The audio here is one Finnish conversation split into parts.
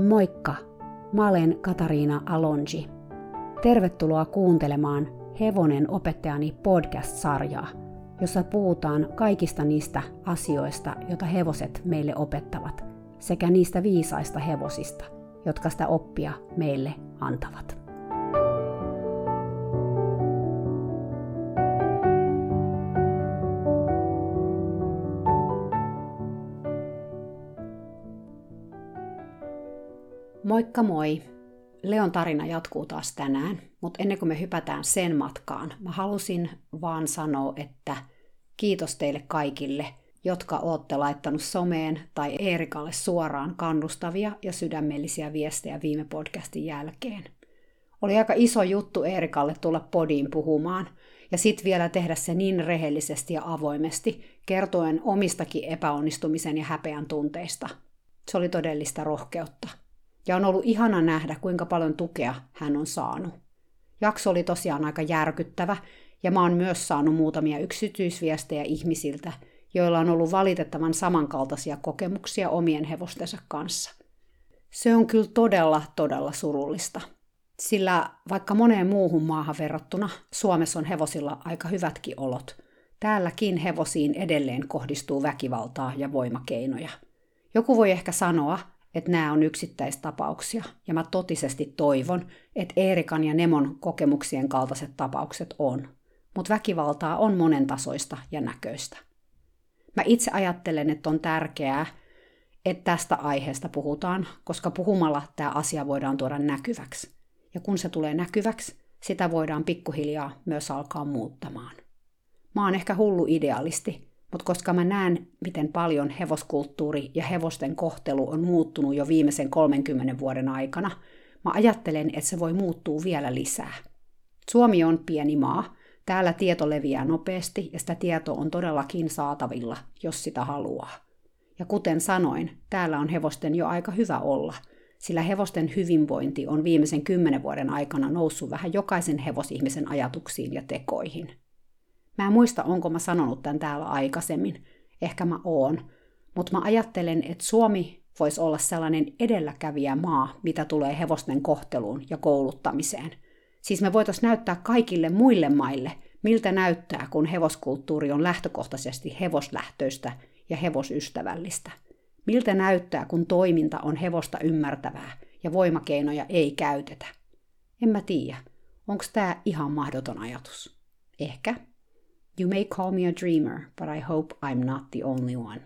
Moikka! Mä olen Katariina Alonji. Tervetuloa kuuntelemaan Hevonen opettajani podcast-sarjaa, jossa puhutaan kaikista niistä asioista, joita hevoset meille opettavat, sekä niistä viisaista hevosista, jotka sitä oppia meille antavat. Moikka moi! Leon tarina jatkuu taas tänään, mutta ennen kuin me hypätään sen matkaan, mä halusin vaan sanoa, että kiitos teille kaikille, jotka ootte laittanut someen tai Eerikalle suoraan kannustavia ja sydämellisiä viestejä viime podcastin jälkeen. Oli aika iso juttu Eerikalle tulla podiin puhumaan ja sit vielä tehdä se niin rehellisesti ja avoimesti, kertoen omistakin epäonnistumisen ja häpeän tunteista. Se oli todellista rohkeutta. Ja on ollut ihana nähdä, kuinka paljon tukea hän on saanut. Jakso oli tosiaan aika järkyttävä, ja mä oon myös saanut muutamia yksityisviestejä ihmisiltä, joilla on ollut valitettavan samankaltaisia kokemuksia omien hevostensa kanssa. Se on kyllä todella surullista. Sillä vaikka moneen muuhun maahan verrattuna, Suomessa on hevosilla aika hyvätkin olot. Täälläkin hevosiin edelleen kohdistuu väkivaltaa ja voimakeinoja. Joku voi ehkä sanoa, että nämä on yksittäistapauksia, ja mä totisesti toivon, että Eerikan ja Nemon kokemuksien kaltaiset tapaukset on. Mutta väkivaltaa on monentasoista ja näköistä. Mä itse ajattelen, että on tärkeää, että tästä aiheesta puhutaan, koska puhumalla tämä asia voidaan tuoda näkyväksi. Ja kun se tulee näkyväksi, sitä voidaan pikkuhiljaa myös alkaa muuttamaan. Mä oon ehkä hullu idealisti, mutta koska mä näen, miten paljon hevoskulttuuri ja hevosten kohtelu on muuttunut jo viimeisen 30 vuoden aikana, mä ajattelen, että se voi muuttua vielä lisää. Suomi on pieni maa, täällä tieto leviää nopeasti ja sitä tietoa on todellakin saatavilla, jos sitä haluaa. Ja kuten sanoin, täällä on hevosten jo aika hyvä olla, sillä hevosten hyvinvointi on viimeisen 10 vuoden aikana noussut vähän jokaisen hevosihmisen ajatuksiin ja tekoihin. Mä en muista, onko mä sanonut tämän täällä aikaisemmin. Ehkä mä oon. Mutta mä ajattelen, että Suomi voisi olla sellainen edelläkävijä maa, mitä tulee hevosten kohteluun ja kouluttamiseen. Siis me voitaisiin näyttää kaikille muille maille, miltä näyttää, kun hevoskulttuuri on lähtökohtaisesti hevoslähtöistä ja hevosystävällistä. Miltä näyttää, kun toiminta on hevosta ymmärtävää ja voimakeinoja ei käytetä. En mä tiedä, onko tää ihan mahdoton ajatus? Ehkä. You may call me a dreamer, but I hope I'm not the only one.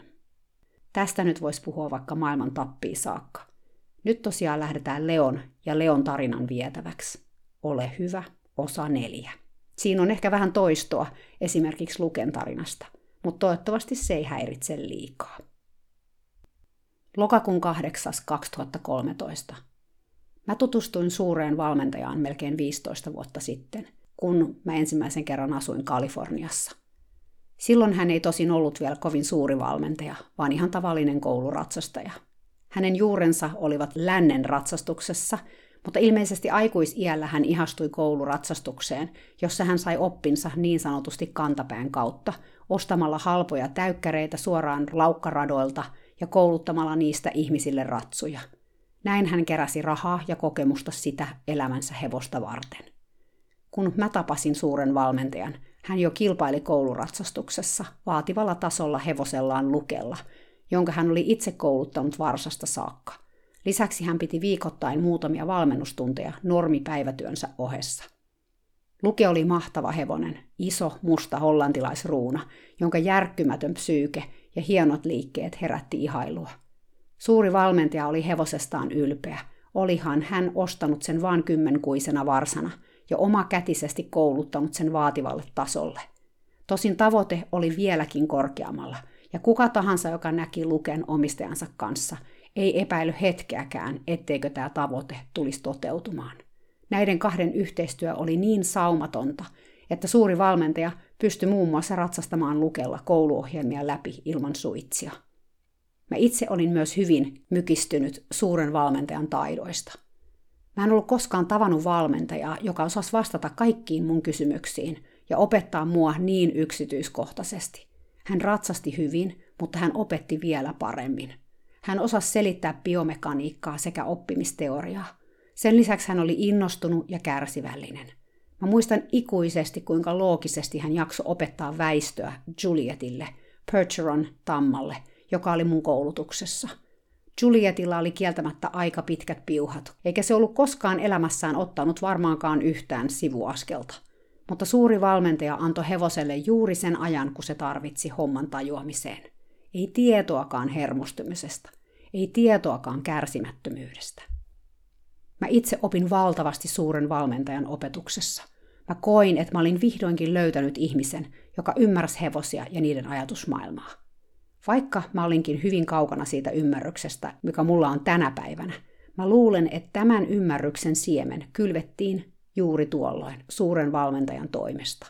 Tästä nyt voisi puhua vaikka maailman tappiin saakka. Nyt tosiaan lähdetään Leon ja Leon tarinan vietäväksi. Ole hyvä, osa 4. Siinä on ehkä vähän toistoa esimerkiksi Luken tarinasta, mutta toivottavasti se ei häiritse liikaa. Lokakuun 8. 2013. Mä tutustuin suureen valmentajaan melkein 15 vuotta sitten, kun mä ensimmäisen kerran asuin Kaliforniassa. Silloin hän ei tosin ollut vielä kovin suuri valmentaja, vaan ihan tavallinen kouluratsastaja. Hänen juurensa olivat lännen ratsastuksessa, mutta ilmeisesti aikuisiällä hän ihastui kouluratsastukseen, jossa hän sai oppinsa niin sanotusti kantapään kautta, ostamalla halpoja täykkäreitä suoraan laukkaradoilta ja kouluttamalla niistä ihmisille ratsuja. Näin hän keräsi rahaa ja kokemusta sitä elämänsä hevosta varten. Kun mä tapasin suuren valmentajan, hän jo kilpaili kouluratsastuksessa vaativalla tasolla hevosellaan Lukella, jonka hän oli itse kouluttanut varsasta saakka. Lisäksi hän piti viikoittain muutamia valmennustunteja normipäivätyönsä ohessa. Luke oli mahtava hevonen, iso, musta hollantilaisruuna, jonka järkkymätön psyyke ja hienot liikkeet herätti ihailua. Suuri valmentaja oli hevosestaan ylpeä, olihan hän ostanut sen vain 10-kuisena varsana, ja omakätisesti kouluttanut sen vaativalle tasolle. Tosin tavoite oli vieläkin korkeammalla, ja kuka tahansa, joka näki Luken omistajansa kanssa, ei epäily hetkeäkään, etteikö tämä tavoite tulisi toteutumaan. Näiden kahden yhteistyö oli niin saumatonta, että suuri valmentaja pystyi muun muassa ratsastamaan Lukella kouluohjelmia läpi ilman suitsia. Mä itse olin myös hyvin mykistynyt suuren valmentajan taidoista. Mä en ollut koskaan tavannut valmentajaa, joka osasi vastata kaikkiin mun kysymyksiin ja opettaa mua niin yksityiskohtaisesti. Hän ratsasti hyvin, mutta hän opetti vielä paremmin. Hän osasi selittää biomekaniikkaa sekä oppimisteoriaa. Sen lisäksi hän oli innostunut ja kärsivällinen. Mä muistan ikuisesti, kuinka loogisesti hän jaksoi opettaa väistöä Julietille, Percheron tammalle, joka oli mun koulutuksessa. Julietilla oli kieltämättä aika pitkät piuhat, eikä se ollut koskaan elämässään ottanut varmaankaan yhtään sivuaskelta. Mutta suuri valmentaja antoi hevoselle juuri sen ajan, kun se tarvitsi homman tajuamiseen. Ei tietoakaan hermostumisesta, ei tietoakaan kärsimättömyydestä. Mä itse opin valtavasti suuren valmentajan opetuksessa. Mä koin, että mä olin vihdoinkin löytänyt ihmisen, joka ymmärsi hevosia ja niiden ajatusmaailmaa. Vaikka mä olinkin hyvin kaukana siitä ymmärryksestä, mikä mulla on tänä päivänä, mä luulen, että tämän ymmärryksen siemen kylvettiin juuri tuolloin suuren valmentajan toimesta.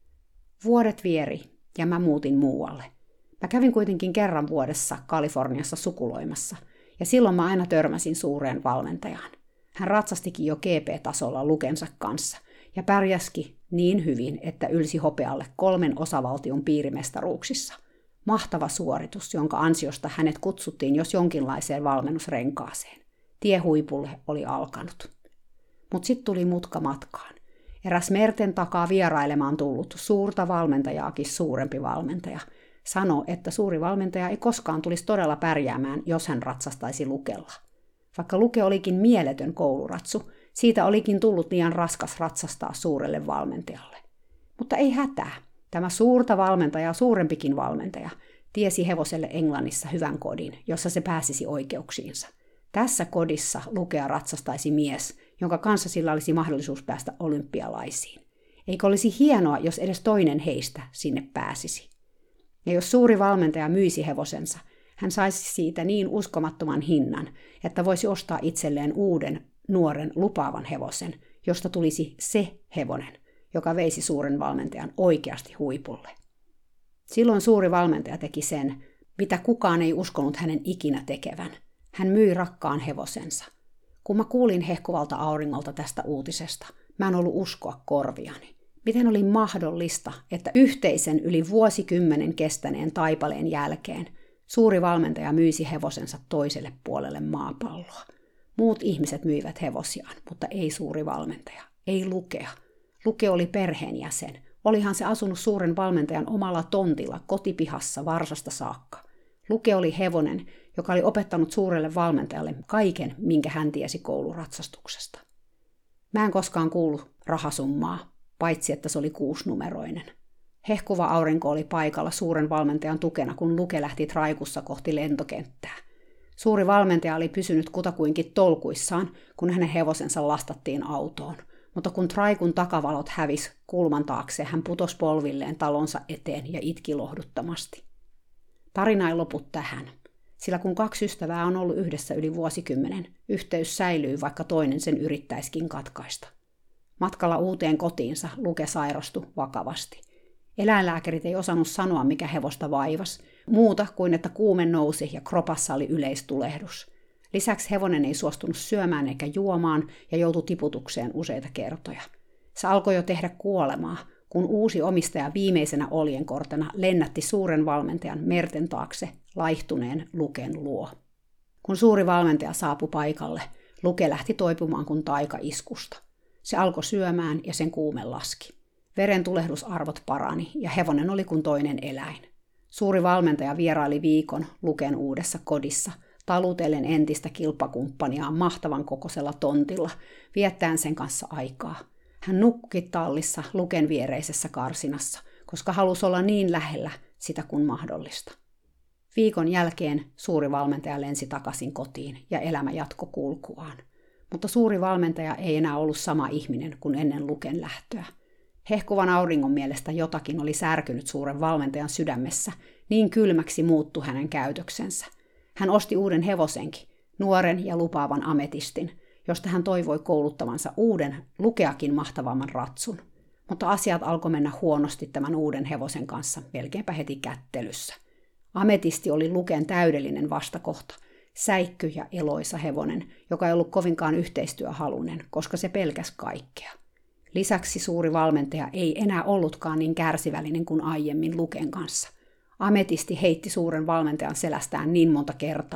Vuodet vieri ja mä muutin muualle. Mä kävin kuitenkin kerran vuodessa Kaliforniassa sukuloimassa, ja silloin mä aina törmäsin suureen valmentajaan. Hän ratsastikin jo GP-tasolla Lukensa kanssa, ja pärjäski niin hyvin, että ylsi hopealle 3 osavaltion piirimestaruuksissa. Mahtava suoritus, jonka ansiosta hänet kutsuttiin jos jonkinlaiseen valmennusrenkaaseen. Tie huipulle oli alkanut. Mut sitten tuli mutka matkaan. Eräs merten takaa vierailemaan tullut suurta valmentajaakin suurempi valmentaja sanoi, että suuri valmentaja ei koskaan tulisi todella pärjäämään, jos hän ratsastaisi Lukella. Vaikka Luke olikin mieletön kouluratsu, siitä olikin tullut liian raskas ratsastaa suurelle valmentajalle. Mutta ei hätää. Tämä suurta valmentajaa suurempikin valmentaja tiesi hevoselle Englannissa hyvän kodin, jossa se pääsisi oikeuksiinsa. Tässä kodissa Lukea ratsastaisi mies, jonka kanssa sillä olisi mahdollisuus päästä olympialaisiin. Eikö olisi hienoa, jos edes toinen heistä sinne pääsisi? Ja jos suuri valmentaja myisi hevosensa, hän saisi siitä niin uskomattoman hinnan, että voisi ostaa itselleen uuden, nuoren, lupaavan hevosen, josta tulisi se hevonen, joka veisi suuren valmentajan oikeasti huipulle. Silloin suuri valmentaja teki sen, mitä kukaan ei uskonut hänen ikinä tekevän. Hän myi rakkaan hevosensa. Kun mä kuulin hehkuvalta auringolta tästä uutisesta, mä en ollut uskoa korviani. Miten oli mahdollista, että yhteisen yli vuosikymmenen kestäneen taipaleen jälkeen suuri valmentaja myisi hevosensa toiselle puolelle maapalloa? Muut ihmiset myivät hevosiaan, mutta ei suuri valmentaja, ei Lukea. Luke oli perheenjäsen. Olihan se asunut suuren valmentajan omalla tontilla kotipihassa varsasta saakka. Luke oli hevonen, joka oli opettanut suurelle valmentajalle kaiken, minkä hän tiesi kouluratsastuksesta. Mä en koskaan kuullut rahasummaa, paitsi että se oli 6-numeroinen. Hehkuva aurinko oli paikalla suuren valmentajan tukena, kun Luke lähti traikussa kohti lentokenttää. Suuri valmentaja oli pysynyt kutakuinkin tolkuissaan, kun hänen hevosensa lastattiin autoon. Mutta kun traikun takavalot hävisi kulman taakse, hän putosi polvilleen talonsa eteen ja itki lohduttomasti. Tarina ei lopu tähän, sillä kun 2 ystävää on ollut yhdessä yli vuosikymmenen, yhteys säilyy, vaikka toinen sen yrittäisikin katkaista. Matkalla uuteen kotiinsa Luke sairastui vakavasti. Eläinlääkärit ei osannut sanoa, mikä hevosta vaivasi, muuta kuin että kuume nousi ja kropassa oli yleistulehdus. Lisäksi hevonen ei suostunut syömään eikä juomaan ja joutui tiputukseen useita kertoja. Se alkoi jo tehdä kuolemaa, kun uusi omistaja viimeisenä oljenkortena lennätti suuren valmentajan merten taakse laihtuneen Luken luo. Kun suuri valmentaja saapui paikalle, Luke lähti toipumaan kuin taikaiskusta. Se alkoi syömään ja sen kuume laski. Verentulehdusarvot parani ja hevonen oli kuin toinen eläin. Suuri valmentaja vieraili viikon Luken uudessa kodissa, talutellen entistä kilpakumppaniaan mahtavan kokoisella tontilla, viettäen sen kanssa aikaa. Hän nukkui tallissa Luken viereisessä karsinassa, koska halusi olla niin lähellä sitä kuin mahdollista. Viikon jälkeen suuri valmentaja lensi takaisin kotiin ja elämä jatkoi kulkuaan. Mutta suuri valmentaja ei enää ollut sama ihminen kuin ennen Luken lähtöä. Hehkuvan auringon mielestä jotakin oli särkynyt suuren valmentajan sydämessä, niin kylmäksi muuttui hänen käytöksensä. Hän osti uuden hevosenkin, nuoren ja lupaavan ametistin, josta hän toivoi kouluttavansa uuden, Lukeakin mahtavamman ratsun. Mutta asiat alkoi mennä huonosti tämän uuden hevosen kanssa melkeinpä heti kättelyssä. Ametisti oli Luken täydellinen vastakohta, säikky ja eloisa hevonen, joka ei ollut kovinkaan yhteistyöhaluinen, koska se pelkäsi kaikkea. Lisäksi suuri valmentaja ei enää ollutkaan niin kärsivällinen kuin aiemmin Luken kanssa. Ametisti heitti suuren valmentajan selästään niin monta kertaa,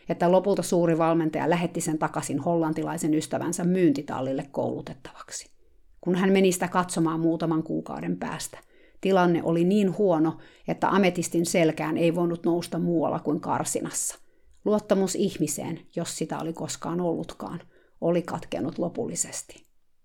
että lopulta suuri valmentaja lähetti sen takaisin hollantilaisen ystävänsä myyntitallille koulutettavaksi. Kun hän meni sitä katsomaan muutaman kuukauden päästä, tilanne oli niin huono, että ametistin selkään ei voinut nousta muualla kuin karsinassa. Luottamus ihmiseen, jos sitä oli koskaan ollutkaan, oli katkenut lopullisesti.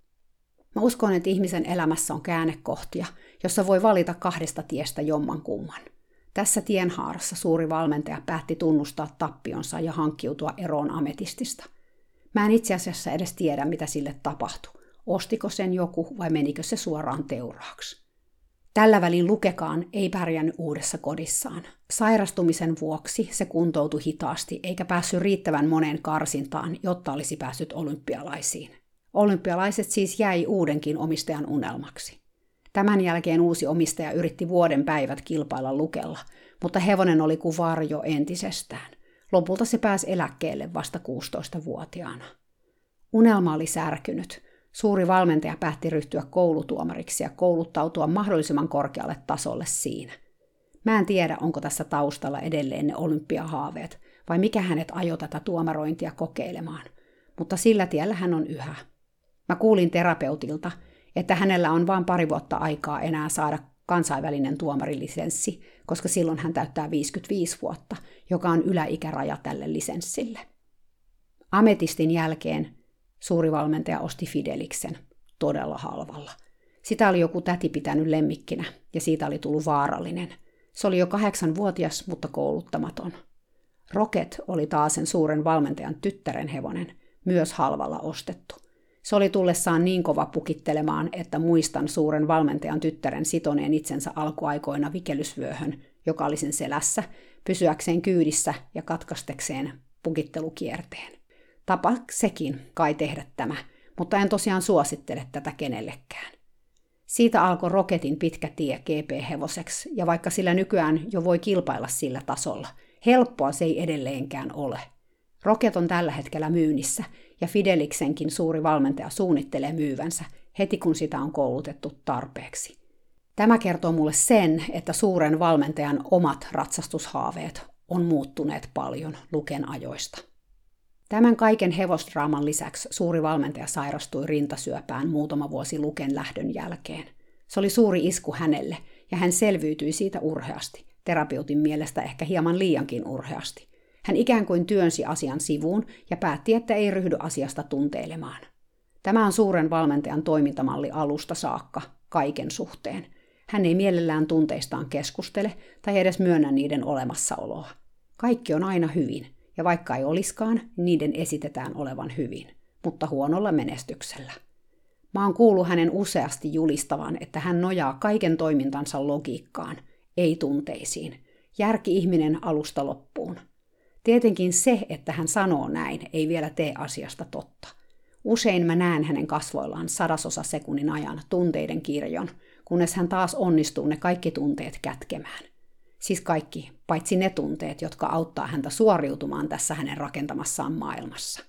Mä uskon, että ihmisen elämässä on käännekohtia, jossa voi valita kahdesta tiestä jommankumman. Tässä tienhaarassa suuri valmentaja päätti tunnustaa tappionsa ja hankkiutua eroon ametistista. Mä en itse asiassa edes tiedä, mitä sille tapahtui. Ostiko sen joku vai menikö se suoraan teuraaksi? Tällä välin Lukekaan ei pärjännyt uudessa kodissaan. Sairastumisen vuoksi se kuntoutui hitaasti eikä päässyt riittävän moneen karsintaan, jotta olisi päässyt olympialaisiin. Olympialaiset siis jäi uudenkin omistajan unelmaksi. Tämän jälkeen uusi omistaja yritti vuoden päivät kilpailla Lukella, mutta hevonen oli kuin varjo entisestään. Lopulta se pääsi eläkkeelle vasta 16-vuotiaana. Unelma oli särkynyt. Suuri valmentaja päätti ryhtyä koulutuomariksi ja kouluttautua mahdollisimman korkealle tasolle siinä. Mä en tiedä, onko tässä taustalla edelleen ne olympiahaaveet, vai mikä hänet ajoi tätä tuomarointia kokeilemaan, mutta sillä tiellä hän on yhä. Mä kuulin terapeutilta, että hänellä on vain 2 vuotta aikaa enää saada kansainvälinen tuomarilisenssi, koska silloin hän täyttää 55 vuotta, joka on yläikäraja tälle lisenssille. Ametistin jälkeen suuri valmentaja osti Fideliksen todella halvalla. Sitä oli joku täti pitänyt lemmikkinä ja siitä oli tullut vaarallinen. Se oli jo 8-vuotias, mutta kouluttamaton. Rocket oli taas sen suuren valmentajan tyttären hevonen, myös halvalla ostettu. Se oli tullessaan niin kova pukittelemaan, että muistan suuren valmentajan tyttären sitoneen itsensä alkuaikoina vikelysvyöhön, joka oli sen selässä, pysyäkseen kyydissä ja katkastekseen pukittelukierteen. Tapa sekin kai tehdä tämä, mutta en tosiaan suosittele tätä kenellekään. Siitä alkoi Rocketin pitkä tie GP-hevoseksi, ja vaikka sillä nykyään jo voi kilpailla sillä tasolla, helppoa se ei edelleenkään ole. Rocket on tällä hetkellä myynnissä, ja Fideliksenkin suuri valmentaja suunnittelee myyvänsä heti kun sitä on koulutettu tarpeeksi. Tämä kertoo mulle sen, että suuren valmentajan omat ratsastushaaveet on muuttuneet paljon Luken ajoista. Tämän kaiken hevosdraaman lisäksi suuri valmentaja sairastui rintasyöpään muutama vuosi Luken lähdön jälkeen. Se oli suuri isku hänelle, ja hän selviytyi siitä urheasti, terapeutin mielestä ehkä hieman liiankin urheasti. Hän ikään kuin työnsi asian sivuun ja päätti, että ei ryhdy asiasta tunteilemaan. Tämä on suuren valmentajan toimintamalli alusta saakka, kaiken suhteen. Hän ei mielellään tunteistaan keskustele tai edes myönnä niiden olemassaoloa. Kaikki on aina hyvin. Ja vaikka ei oliskaan, niiden esitetään olevan hyvin, mutta huonolla menestyksellä. Mä oon kuullut hänen useasti julistavan, että hän nojaa kaiken toimintansa logiikkaan, ei tunteisiin. Järki-ihminen alusta loppuun. Tietenkin se, että hän sanoo näin, ei vielä tee asiasta totta. Usein mä näen hänen kasvoillaan 100 sekunnin ajan tunteiden kirjon, kunnes hän taas onnistuu ne kaikki tunteet kätkemään. Siis kaikki, paitsi ne tunteet, jotka auttaa häntä suoriutumaan tässä hänen rakentamassaan maailmassa.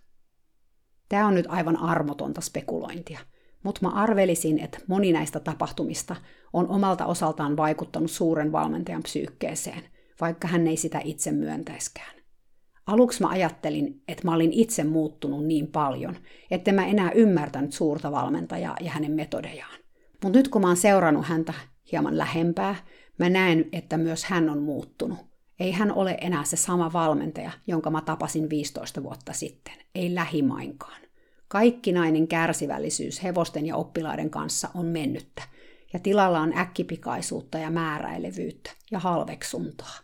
Tämä on nyt aivan armotonta spekulointia, mutta mä arvelisin, että moni näistä tapahtumista on omalta osaltaan vaikuttanut suuren valmentajan psyykkeeseen, vaikka hän ei sitä itse myöntäiskään. Aluksi mä ajattelin, että mä olin itse muuttunut niin paljon, että mä enää ymmärtänyt suurta valmentajaa ja hänen metodejaan. Mutta nyt kun mä oon seurannut häntä hieman lähempää, mä näen, että myös hän on muuttunut. Ei hän ole enää se sama valmentaja, jonka mä tapasin 15 vuotta sitten. Ei lähimainkaan. Kaikkinainen kärsivällisyys hevosten ja oppilaiden kanssa on mennyttä, ja tilalla on äkkipikaisuutta ja määräilevyyttä ja halveksuntaa.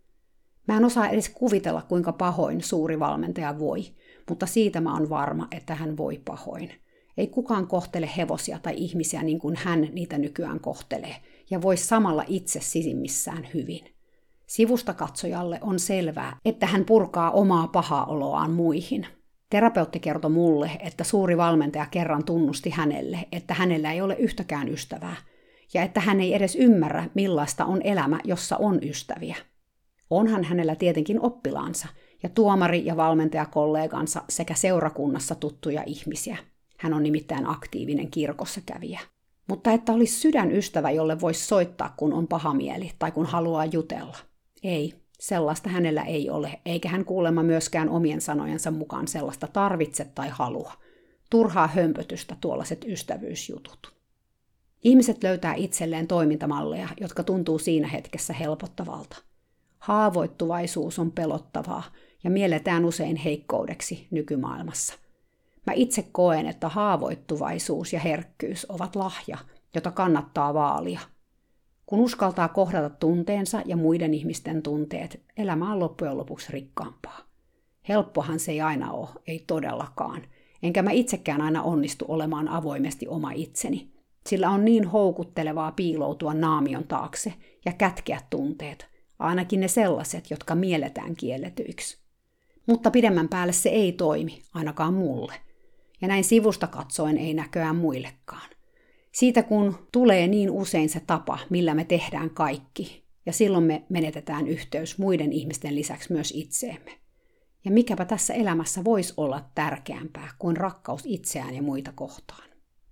Mä en osaa edes kuvitella, kuinka pahoin suuri valmentaja voi, mutta siitä mä oon varma, että hän voi pahoin. Ei kukaan kohtele hevosia tai ihmisiä niin kuin hän niitä nykyään kohtelee, ja voi samalla itse sisimmissään hyvin. Sivusta katsojalle on selvää, että hän purkaa omaa pahaa oloaan muihin. Terapeutti kertoi mulle, että suuri valmentaja kerran tunnusti hänelle, että hänellä ei ole yhtäkään ystävää, ja että hän ei edes ymmärrä, millaista on elämä, jossa on ystäviä. Onhan hänellä tietenkin oppilaansa, ja tuomari- ja valmentajakollegansa sekä seurakunnassa tuttuja ihmisiä. Hän on nimittäin aktiivinen kirkossa kävijä. Mutta että olisi sydänystävä, jolle voisi soittaa, kun on paha mieli tai kun haluaa jutella. Ei, Sellaista hänellä ei ole, eikä hän kuulemma myöskään omien sanojensa mukaan sellaista tarvitse tai halua. Turhaa hömpötystä tuollaiset ystävyysjutut. Ihmiset löytää itselleen toimintamalleja, jotka tuntuu siinä hetkessä helpottavalta. Haavoittuvaisuus on pelottavaa ja mielletään usein heikkoudeksi nykymaailmassa. Mä itse koen, että haavoittuvaisuus ja herkkyys ovat lahja, jota kannattaa vaalia. Kun uskaltaa kohdata tunteensa ja muiden ihmisten tunteet, elämä on loppujen lopuksi rikkaampaa. Helppohan se ei aina ole, ei todellakaan. Enkä mä itsekään aina onnistu olemaan avoimesti oma itseni. Sillä on niin houkuttelevaa piiloutua naamion taakse ja kätkeä tunteet, ainakin ne sellaiset, jotka mielletään kielletyiksi. Mutta pidemmän päälle se ei toimi, ainakaan mulle. Ja näin sivusta katsoen ei näköään muillekaan. Siitä kun tulee niin usein se tapa, millä me tehdään kaikki, ja silloin me menetetään yhteys muiden ihmisten lisäksi myös itseemme. Ja mikäpä tässä elämässä voisi olla tärkeämpää kuin rakkaus itseään ja muita kohtaan.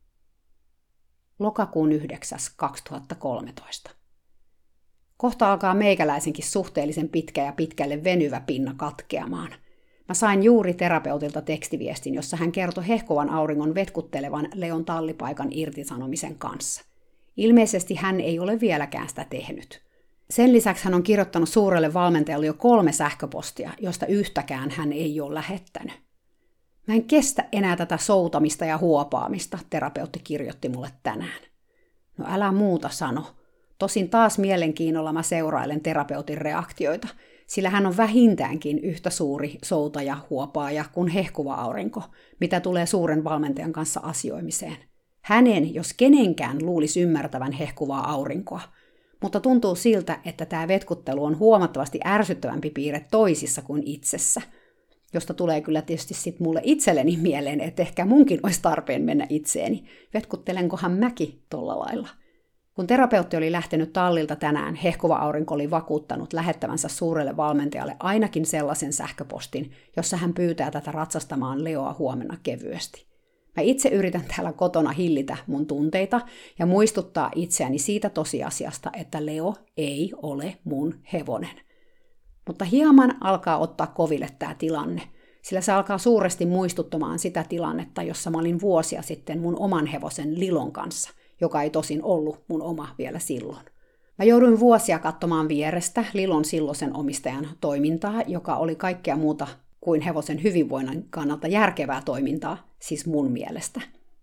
Lokakuun 9. 2013. Kohta alkaa meikäläisenkin suhteellisen pitkä ja pitkälle venyvä pinna katkeamaan. Mä sain juuri terapeutilta tekstiviestin, jossa hän kertoi hehkovan auringon vetkuttelevan Leon tallipaikan irtisanomisen kanssa. Ilmeisesti hän ei ole vieläkään sitä tehnyt. Sen lisäksi hän on kirjoittanut suurelle valmentajalle jo 3 sähköpostia, josta yhtäkään hän ei ole lähettänyt. Mä en kestä enää tätä soutamista ja huopaamista, terapeutti kirjoitti mulle tänään. No älä muuta sano. Tosin taas mielenkiinnolla mä seurailen terapeutin reaktioita, sillä hän on vähintäänkin yhtä suuri soutaja, huopaaja kuin hehkuva aurinko, mitä tulee suuren valmentajan kanssa asioimiseen. Hänen, jos kenenkään, luulisi ymmärtävän hehkuvaa aurinkoa, mutta tuntuu siltä, että tämä vetkuttelu on huomattavasti ärsyttävämpi piirre toisissa kuin itsessä, josta tulee kyllä tietysti sitten mulle itselleni mieleen, että ehkä munkin olisi tarpeen mennä itseeni. Vetkuttelenkohan mäkin tolla lailla? Kun terapeutti oli lähtenyt tallilta tänään, hehkuva aurinko oli vakuuttanut lähettävänsä suurelle valmentajalle ainakin sellaisen sähköpostin, jossa hän pyytää tätä ratsastamaan Leoa huomenna kevyesti. Mä itse yritän täällä kotona hillitä mun tunteita ja muistuttaa itseäni siitä tosiasiasta, että Leo ei ole mun hevonen. Mutta hieman alkaa ottaa koville tämä tilanne, sillä se alkaa suuresti muistuttamaan sitä tilannetta, jossa mä olin vuosia sitten mun oman hevosen Lilon kanssa, joka ei tosin ollut mun oma vielä silloin. Mä jouduin vuosia katsomaan vierestä Lilon silloisen omistajan toimintaa, joka oli kaikkea muuta kuin hevosen hyvinvoinnin kannalta järkevää toimintaa, siis mun mielestä.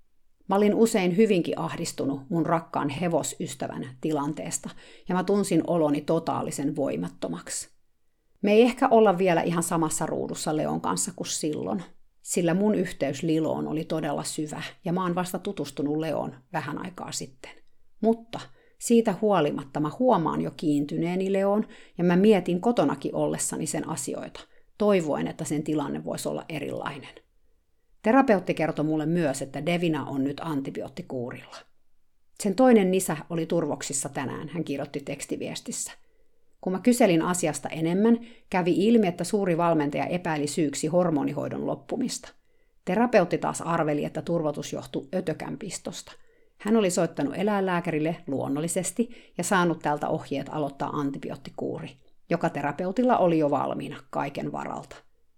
Mä olin usein hyvinkin ahdistunut mun rakkaan hevosystävän tilanteesta, ja mä tunsin oloni totaalisen voimattomaksi. Me ei ehkä olla vielä ihan samassa ruudussa Leon kanssa kuin silloin, sillä mun yhteys Liloon oli todella syvä, ja mä oon vasta tutustunut Leoon vähän aikaa sitten. Mutta siitä huolimatta mä huomaan jo kiintyneeni Leoon, ja mä mietin kotonakin ollessani sen asioita, toivoen, että sen tilanne voisi olla erilainen. Terapeutti kertoi mulle myös, että Devina on nyt antibioottikuurilla. Sen toinen isä oli turvoksissa tänään, hän kirjoitti tekstiviestissä. Kun mä kyselin asiasta enemmän, kävi ilmi, että suuri valmentaja epäili syyksi hormonihoidon loppumista. Terapeutti taas arveli, että turvotus johtui ötökänpistosta. Hän oli soittanut eläinlääkärille luonnollisesti ja saanut tältä ohjeet aloittaa antibioottikuuri, joka terapeutilla oli jo valmiina kaiken varalta.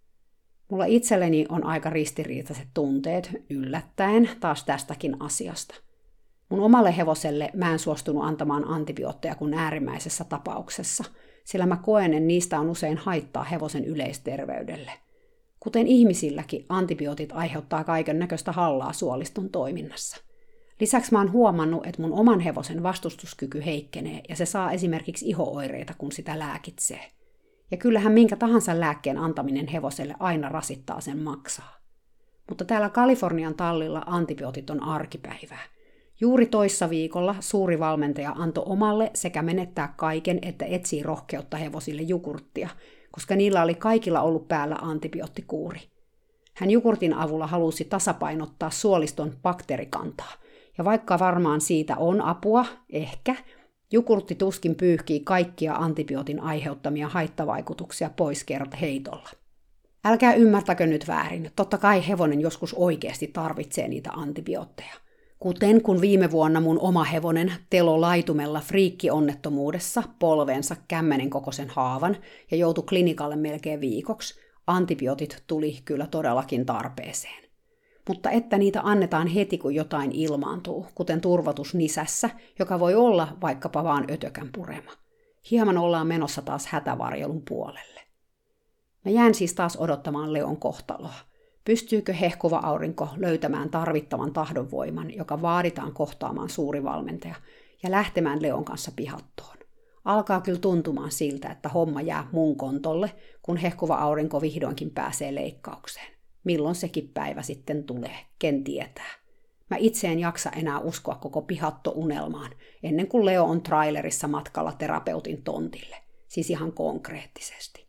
Mulla itselleni on aika ristiriitaiset tunteet yllättäen taas tästäkin asiasta. Mun omalle hevoselle mä en suostunut antamaan antibiootteja kuin äärimmäisessä tapauksessa, sillä mä koen, että niistä on usein haittaa hevosen yleisterveydelle. Kuten ihmisilläkin, antibiootit aiheuttaa kaiken näköistä hallaa suoliston toiminnassa. Lisäksi mä oon huomannut, että mun oman hevosen vastustuskyky heikkenee ja se saa esimerkiksi ihooireita, kun sitä lääkitsee. Ja kyllähän minkä tahansa lääkkeen antaminen hevoselle aina rasittaa sen maksaa. Mutta täällä Kalifornian tallilla antibiootit on arkipäivää. Juuri toissa viikolla suuri valmentaja antoi omalle sekä menettää kaiken, että etsii rohkeutta hevosille jogurttia, koska niillä oli kaikilla ollut päällä antibioottikuuri. Hän jogurtin avulla halusi tasapainottaa suoliston bakteerikantaa, ja vaikka varmaan siitä on apua, ehkä, jogurtti tuskin pyyhkii kaikkia antibiootin aiheuttamia haittavaikutuksia pois kertaheitolla. Älkää ymmärtäkö nyt väärin, totta kai hevonen joskus oikeasti tarvitsee niitä antibiootteja. Kuten kun viime vuonna mun oma hevonen telo laitumella friikki-onnettomuudessa polveensa kämmenen kokoisen haavan ja joutui klinikalle melkein viikoksi, antibiootit tuli kyllä todellakin tarpeeseen. Mutta että niitä annetaan heti, kun jotain ilmaantuu, kuten turvotus nisässä, joka voi olla vaikkapa vaan ötökän purema. Hieman ollaan menossa taas hätävarjelun puolelle. Mä jään siis taas odottamaan Leon kohtaloa. Pystyykö hehkuva aurinko löytämään tarvittavan tahdonvoiman, joka vaaditaan kohtaamaan suuri valmentaja, ja lähtemään Leon kanssa pihattoon? Alkaa kyllä tuntumaan siltä, että homma jää mun kontolle, kun hehkuva aurinko vihdoinkin pääsee leikkaukseen. Milloin sekin päivä sitten tulee, ken tietää. Mä itse en jaksa enää uskoa koko pihattounelmaan, ennen kuin Leo on trailerissa matkalla terapeutin tontille, siis ihan konkreettisesti.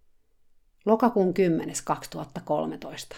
Lokakuun 10.2013.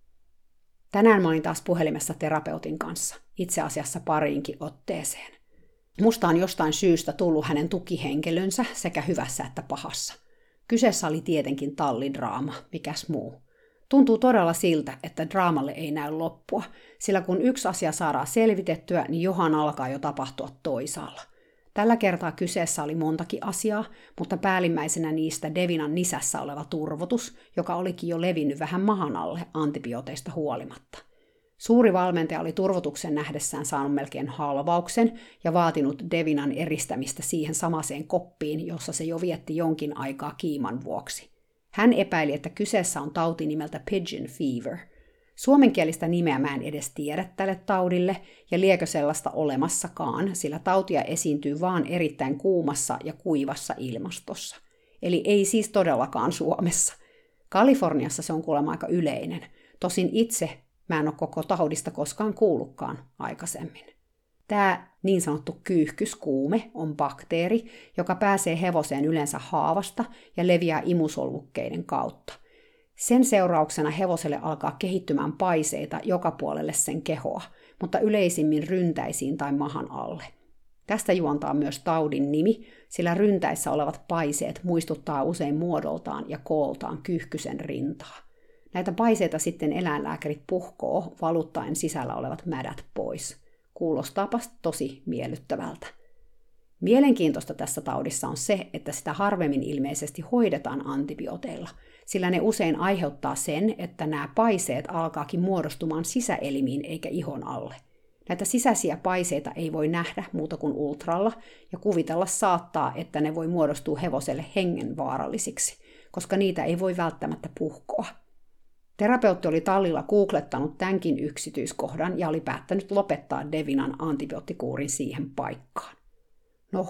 Tänään mä olin taas puhelimessa terapeutin kanssa, itse asiassa pariinkin otteeseen. Musta on jostain syystä tullut hänen tukihenkilönsä sekä hyvässä että pahassa. Kyseessä oli tietenkin tallidraama, mikäs muu. Tuntuu todella siltä, että draamalle ei näy loppua, sillä kun yksi asia saadaan selvitettyä, niin johan alkaa jo tapahtua toisaalla. Tällä kertaa kyseessä oli montakin asiaa, mutta päällimmäisenä niistä Devinan nisässä oleva turvotus, joka olikin jo levinnyt vähän mahan alle antibiooteista huolimatta. Suuri valmentaja oli turvotuksen nähdessään saanut melkein halvauksen ja vaatinut Devinan eristämistä siihen samaiseen koppiin, jossa se jo vietti jonkin aikaa kiiman vuoksi. Hän epäili, että kyseessä on tauti nimeltä pigeon fever. Suomenkielistä nimeä mä en edes tiedä tälle taudille, ja liekö sellaista olemassakaan, sillä tautia esiintyy vaan erittäin kuumassa ja kuivassa ilmastossa. Eli ei siis todellakaan Suomessa. Kaliforniassa se on kuulemma aika yleinen. Tosin itse mä en ole koko taudista koskaan kuullutkaan aikaisemmin. Tämä niin sanottu kyyhkyskuume on bakteeri, joka pääsee hevoseen yleensä haavasta ja leviää imusolvukkeiden kautta. Sen seurauksena hevoselle alkaa kehittymään paiseita joka puolelle sen kehoa, mutta yleisimmin ryntäisiin tai mahan alle. Tästä juontaa myös taudin nimi, sillä ryntäissä olevat paiseet muistuttaa usein muodoltaan ja kooltaan kyyhkysen rintaa. Näitä paiseita sitten eläinlääkärit puhkoo valuttaen sisällä olevat mädät pois. Kuulostaapas tosi miellyttävältä. Mielenkiintoista tässä taudissa on se, että sitä harvemmin ilmeisesti hoidetaan antibiooteilla, sillä ne usein aiheuttaa sen, että nämä paiseet alkaakin muodostumaan sisäelimiin eikä ihon alle. Näitä sisäisiä paiseita ei voi nähdä muuta kuin ultralla, ja kuvitella saattaa, että ne voi muodostua hevoselle hengenvaarallisiksi, koska niitä ei voi välttämättä puhkoa. Terapeutti oli tallilla googlettanut tämänkin yksityiskohdan ja oli päättänyt lopettaa Devinan antibioottikuurin siihen paikkaan. No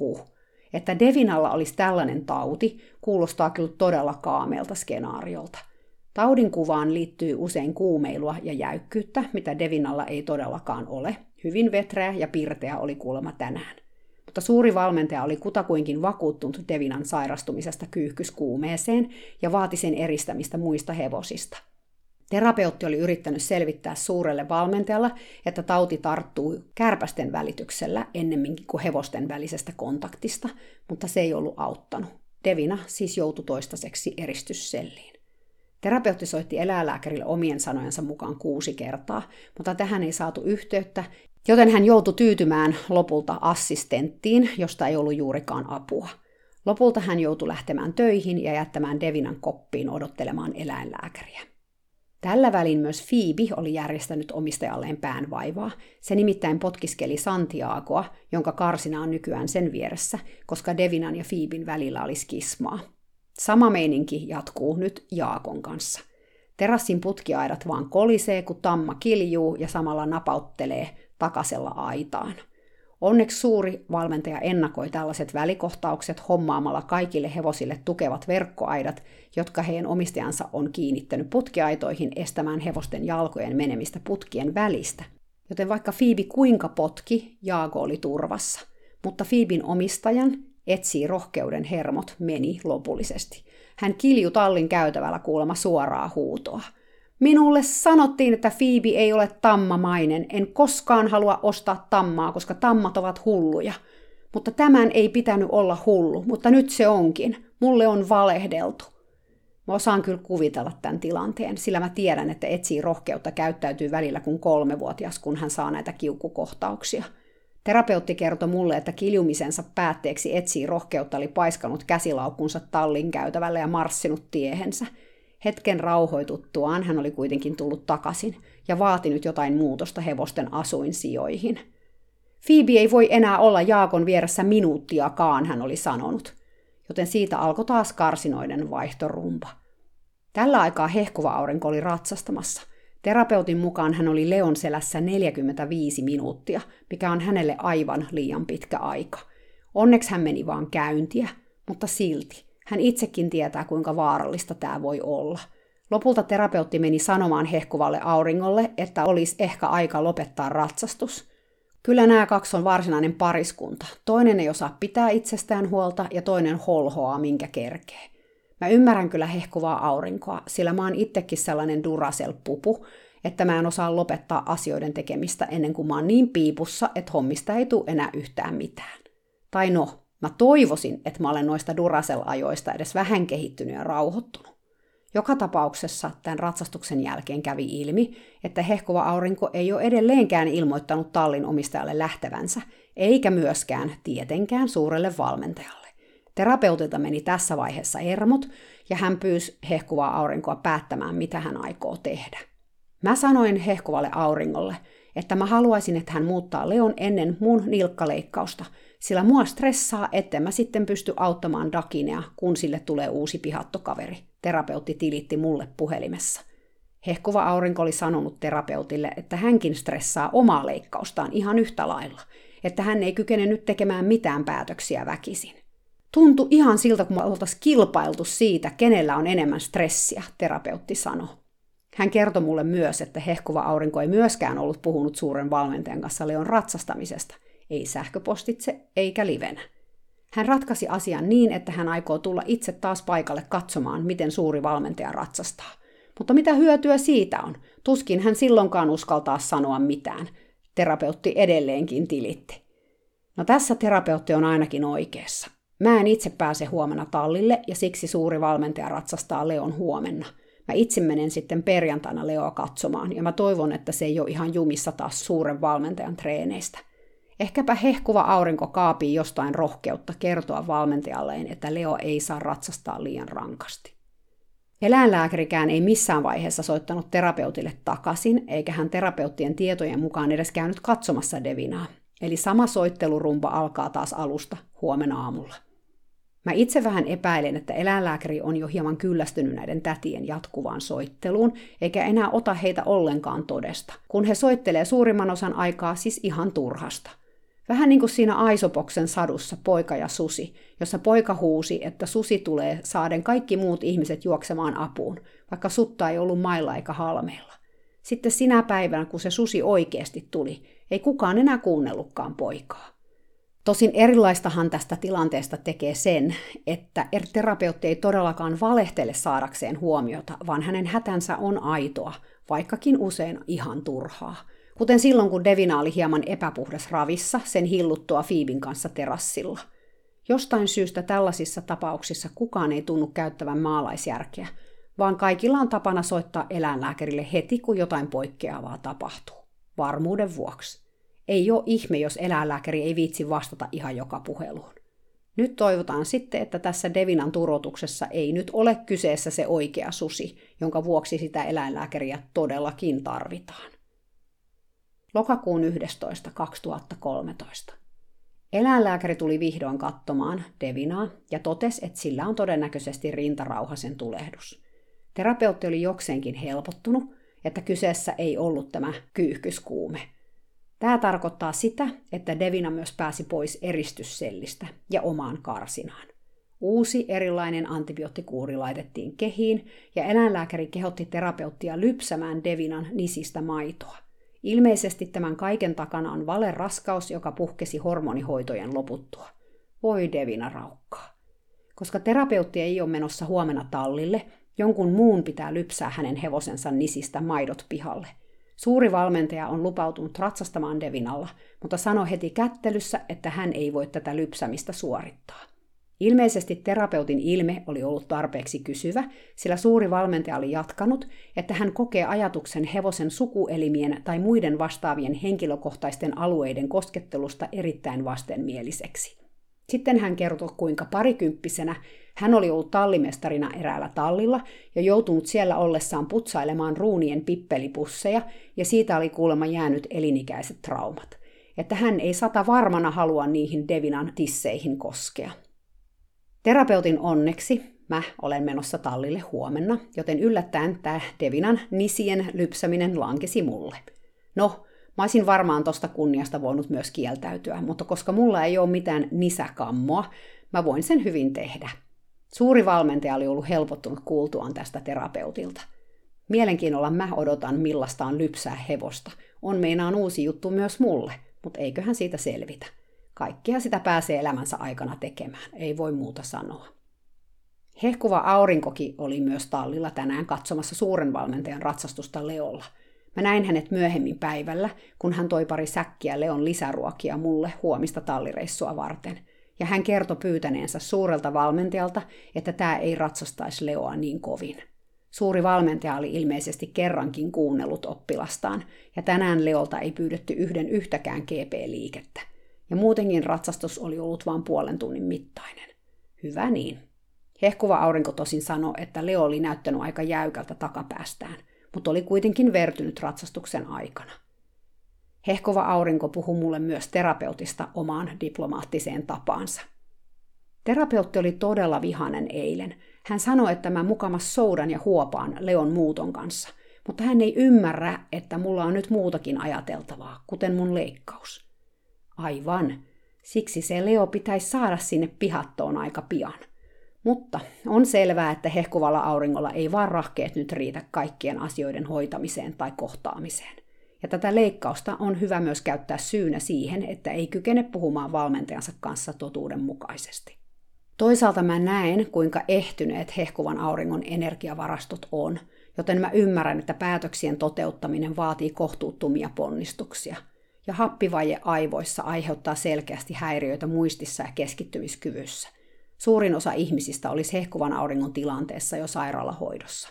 että Devinalla olisi tällainen tauti, kuulostaa kyllä todella kaameelta skenaariolta. Taudin kuvaan liittyy usein kuumeilua ja jäykkyyttä, mitä Devinalla ei todellakaan ole. Hyvin vetreä ja pirteä oli kuulemma tänään. Mutta suuri valmentaja oli kutakuinkin vakuuttunut Devinan sairastumisesta kyyhkyskuumeeseen ja vaati sen eristämistä muista hevosista. Terapeutti oli yrittänyt selvittää suurelle valmentajalle, että tauti tarttuu kärpästen välityksellä ennemminkin kuin hevosten välisestä kontaktista, mutta se ei ollut auttanut. Devina siis joutui toistaiseksi eristysselliin. Terapeutti soitti eläinlääkärille omien sanojensa mukaan 6 kertaa, mutta tähän ei saatu yhteyttä, joten hän joutui tyytymään lopulta assistenttiin, josta ei ollut juurikaan apua. Lopulta hän joutui lähtemään töihin ja jättämään Devinan koppiin odottelemaan eläinlääkäriä. Tällä välin myös Phoebe oli järjestänyt omistajalleen päänvaivaa. Se nimittäin potkiskeli Santiagoa, jonka karsina on nykyään sen vieressä, koska Devinan ja Phoeben välillä oli skismaa. Sama meininki jatkuu nyt Jaakon kanssa. Terassin putkiaidat vaan kolisee, kun tamma kiljuu ja samalla napauttelee takasella aitaan. Onneksi suuri valmentaja ennakoi tällaiset välikohtaukset hommaamalla kaikille hevosille tukevat verkkoaidat, jotka heidän omistajansa on kiinnittänyt putkiaitoihin estämään hevosten jalkojen menemistä putkien välistä. Joten vaikka Phoebe kuinka potki, Jaako oli turvassa. Mutta Phoeben omistajan etsii rohkeuden hermot meni lopullisesti. Hän kiljui tallin käytävällä kuulemma suoraa huutoa. Minulle sanottiin, että Phoebe ei ole tammamainen. En koskaan halua ostaa tammaa, koska tammat ovat hulluja. Mutta tämän ei pitänyt olla hullu, mutta nyt se onkin. Mulle on valehdeltu. Mä osaan kyllä kuvitella tämän tilanteen, sillä mä tiedän, että etsii rohkeutta käyttäytyy välillä kuin 3-vuotias, kun hän saa näitä kiukkukohtauksia. Terapeutti kertoi mulle, että kiljumisensa päätteeksi etsii rohkeutta oli paiskanut käsilaukkunsa tallin käytävälle ja marssinut tiehensä. Hetken rauhoituttuaan hän oli kuitenkin tullut takaisin ja vaatinut jotain muutosta hevosten asuinsijoihin. Phoebe ei voi enää olla Jaakon vieressä minuuttiakaan, hän oli sanonut, joten siitä alkoi taas karsinoiden vaihtorumpa. Tällä aikaa hehkuva aurinko oli ratsastamassa. Terapeutin mukaan hän oli Leon selässä 45 minuuttia, mikä on hänelle aivan liian pitkä aika. Onneksi hän meni vaan käyntiä, mutta silti. Hän itsekin tietää, kuinka vaarallista tämä voi olla. Lopulta terapeutti meni sanomaan hehkuvalle auringolle, että olisi ehkä aika lopettaa ratsastus. Kyllä nämä kaksi on varsinainen pariskunta. Toinen ei osaa pitää itsestään huolta ja toinen holhoaa minkä kerkee. Mä ymmärrän kyllä hehkuvaa aurinkoa, sillä mä oon itsekin sellainen Duracell-pupu, että mä en osaa lopettaa asioiden tekemistä ennen kuin mä oon niin piipussa, että hommista ei tule enää yhtään mitään. Tai no, mä toivoisin, että mä olen noista Duracell-ajoista edes vähän kehittynyt ja rauhoittunut. Joka tapauksessa tämän ratsastuksen jälkeen kävi ilmi, että hehkuva aurinko ei ole edelleenkään ilmoittanut tallin omistajalle lähtevänsä, eikä myöskään tietenkään suurelle valmentajalle. Terapeutilta meni tässä vaiheessa hermot, ja hän pyysi hehkuvaa aurinkoa päättämään, mitä hän aikoo tehdä. Mä sanoin hehkuvalle auringolle, että mä haluaisin, että hän muuttaa Leon ennen mun nilkkaleikkausta, sillä mua stressaa, etten mä sitten pysty auttamaan Dakinea, kun sille tulee uusi pihattokaveri. Terapeutti tilitti mulle puhelimessa. Hehkuva aurinko oli sanonut terapeutille, että hänkin stressaa omaa leikkaustaan ihan yhtä lailla, että hän ei kykene nyt tekemään mitään päätöksiä väkisin. Tuntui ihan siltä, kun me oltaisiin kilpailtu siitä, kenellä on enemmän stressiä, terapeutti sanoi. Hän kertoi mulle myös, että hehkuva aurinko ei myöskään ollut puhunut suuren valmentajan kanssa Leon ratsastamisesta, ei sähköpostitse eikä livenä. Hän ratkaisi asian niin, että hän aikoo tulla itse taas paikalle katsomaan, miten suuri valmentaja ratsastaa. Mutta mitä hyötyä siitä on? Tuskin hän silloinkaan uskaltaa sanoa mitään. Terapeutti edelleenkin tilitti. No tässä terapeutti on ainakin oikeassa. Mä en itse pääse huomenna tallille ja siksi suuri valmentaja ratsastaa Leon huomenna. Mä itse menen sitten perjantaina Leoa katsomaan ja mä toivon, että se ei ole ihan jumissa taas suuren valmentajan treeneistä. Ehkäpä hehkuva aurinko kaapii jostain rohkeutta kertoa valmentajalleen, että Leo ei saa ratsastaa liian rankasti. Eläinlääkärikään ei missään vaiheessa soittanut terapeutille takaisin, eikä hän terapeuttien tietojen mukaan edes käynyt katsomassa Devinaa. Eli sama soittelurumba alkaa taas alusta huomenna aamulla. Mä itse vähän epäilen, että eläinlääkäri on jo hieman kyllästynyt näiden tätien jatkuvaan soitteluun, eikä enää ota heitä ollenkaan todesta, kun he soittelee suurimman osan aikaa siis ihan turhasta. Vähän niin kuin siinä Aisopoksen sadussa Poika ja susi, jossa poika huusi, että susi tulee saaden kaikki muut ihmiset juoksemaan apuun, vaikka sutta ei ollut mailla eikä halmeilla. Sitten sinä päivänä, kun se susi oikeasti tuli, ei kukaan enää kuunnellutkaan poikaa. Tosin erilaistahan tästä tilanteesta tekee sen, että terapeutti ei todellakaan valehtele saadakseen huomiota, vaan hänen hätänsä on aitoa, vaikkakin usein ihan turhaa. Kuten silloin, kun Devina oli hieman epäpuhdas ravissa sen hilluttua Phoeben kanssa terassilla. Jostain syystä tällaisissa tapauksissa kukaan ei tunnu käyttävän maalaisjärkeä, vaan kaikilla on tapana soittaa eläinlääkärille heti, kun jotain poikkeavaa tapahtuu. Varmuuden vuoksi. Ei ole ihme, jos eläinlääkäri ei viitsi vastata ihan joka puheluun. Nyt toivotaan sitten, että tässä Devinan turvotuksessa ei nyt ole kyseessä se oikea susi, jonka vuoksi sitä eläinlääkäriä todellakin tarvitaan. Lokakuun 11. 2013. Eläinlääkäri tuli vihdoin katsomaan Devinaa ja totesi, että sillä on todennäköisesti rintarauhasen tulehdus. Terapeutti oli jokseenkin helpottunut, että kyseessä ei ollut tämä kyyhkyskuume. Tämä tarkoittaa sitä, että Devina myös pääsi pois eristyssellistä ja omaan karsinaan. Uusi erilainen antibioottikuuri laitettiin kehiin ja eläinlääkäri kehotti terapeuttia lypsämään Devinan nisistä maitoa. Ilmeisesti tämän kaiken takana on valeraskaus, joka puhkesi hormonihoitojen loputtua. Voi Devina raukkaa. Koska terapeutti ei ole menossa huomenna tallille, jonkun muun pitää lypsää hänen hevosensa nisistä maidot pihalle. Suuri valmentaja on lupautunut ratsastamaan Devinalla, mutta sanoi heti kättelyssä, että hän ei voi tätä lypsämistä suorittaa. Ilmeisesti terapeutin ilme oli ollut tarpeeksi kysyvä, sillä suuri valmentaja oli jatkanut, että hän kokee ajatuksen hevosen sukuelimien tai muiden vastaavien henkilökohtaisten alueiden koskettelusta erittäin vastenmieliseksi. Sitten hän kertoi, kuinka parikymppisenä hän oli ollut tallimestarina eräällä tallilla ja joutunut siellä ollessaan putsailemaan ruunien pippelipusseja, ja siitä oli kuulemma jäänyt elinikäiset traumat. Että hän ei 100% halua niihin Devinan tisseihin koskea. Terapeutin onneksi mä olen menossa tallille huomenna, joten yllättäen tämä Devinan nisien lypsäminen lankesi mulle. No, mä olisin varmaan tosta kunniasta voinut myös kieltäytyä, mutta koska mulla ei ole mitään nisäkammoa, mä voin sen hyvin tehdä. Suuri valmentaja oli ollut helpottunut kuultuaan tästä terapeutilta. Mielenkiinnolla mä odotan, millaista on lypsää hevosta. On meinaan uusi juttu myös mulle, mutta eiköhän siitä selvitä. Kaikkea sitä pääsee elämänsä aikana tekemään, ei voi muuta sanoa. Hehkuva aurinkokin oli myös tallilla tänään katsomassa suuren valmentajan ratsastusta Leolla. Mä näin hänet myöhemmin päivällä, kun hän toi pari säkkiä Leon lisäruokia mulle huomista tallireissua varten. Ja hän kertoi pyytäneensä suurelta valmentajalta, että tämä ei ratsastaisi Leoa niin kovin. Suuri valmentaja oli ilmeisesti kerrankin kuunnellut oppilastaan, ja tänään Leolta ei pyydetty yhtäkään GP-liikettä. Ja muutenkin ratsastus oli ollut vain puolen tunnin mittainen. Hyvä niin. Hehkuva aurinko tosin sanoi, että Leo oli näyttänyt aika jäykältä takapäästään, mutta oli kuitenkin vertynyt ratsastuksen aikana. Hehkuva aurinko puhui mulle myös terapeutista omaan diplomaattiseen tapaansa. Terapeutti oli todella vihainen eilen. Hän sanoi, että mä mukamas soudan ja huopaan Leon muuton kanssa, mutta hän ei ymmärrä, että mulla on nyt muutakin ajateltavaa, kuten mun leikkaus. Aivan. Siksi se Leo pitäisi saada sinne pihattoon aika pian. Mutta on selvää, että hehkuvalla auringolla ei vaan rahkeet nyt riitä kaikkien asioiden hoitamiseen tai kohtaamiseen. Ja tätä leikkausta on hyvä myös käyttää syynä siihen, että ei kykene puhumaan valmentajansa kanssa totuudenmukaisesti. Toisaalta mä näen, kuinka ehtyneet hehkuvan auringon energiavarastot on, joten mä ymmärrän, että päätöksien toteuttaminen vaatii kohtuuttomia ponnistuksia. Ja happivaje aivoissa aiheuttaa selkeästi häiriöitä muistissa ja keskittymiskyvyssä. Suurin osa ihmisistä olisi hehkuvan auringon tilanteessa jo sairaalahoidossa.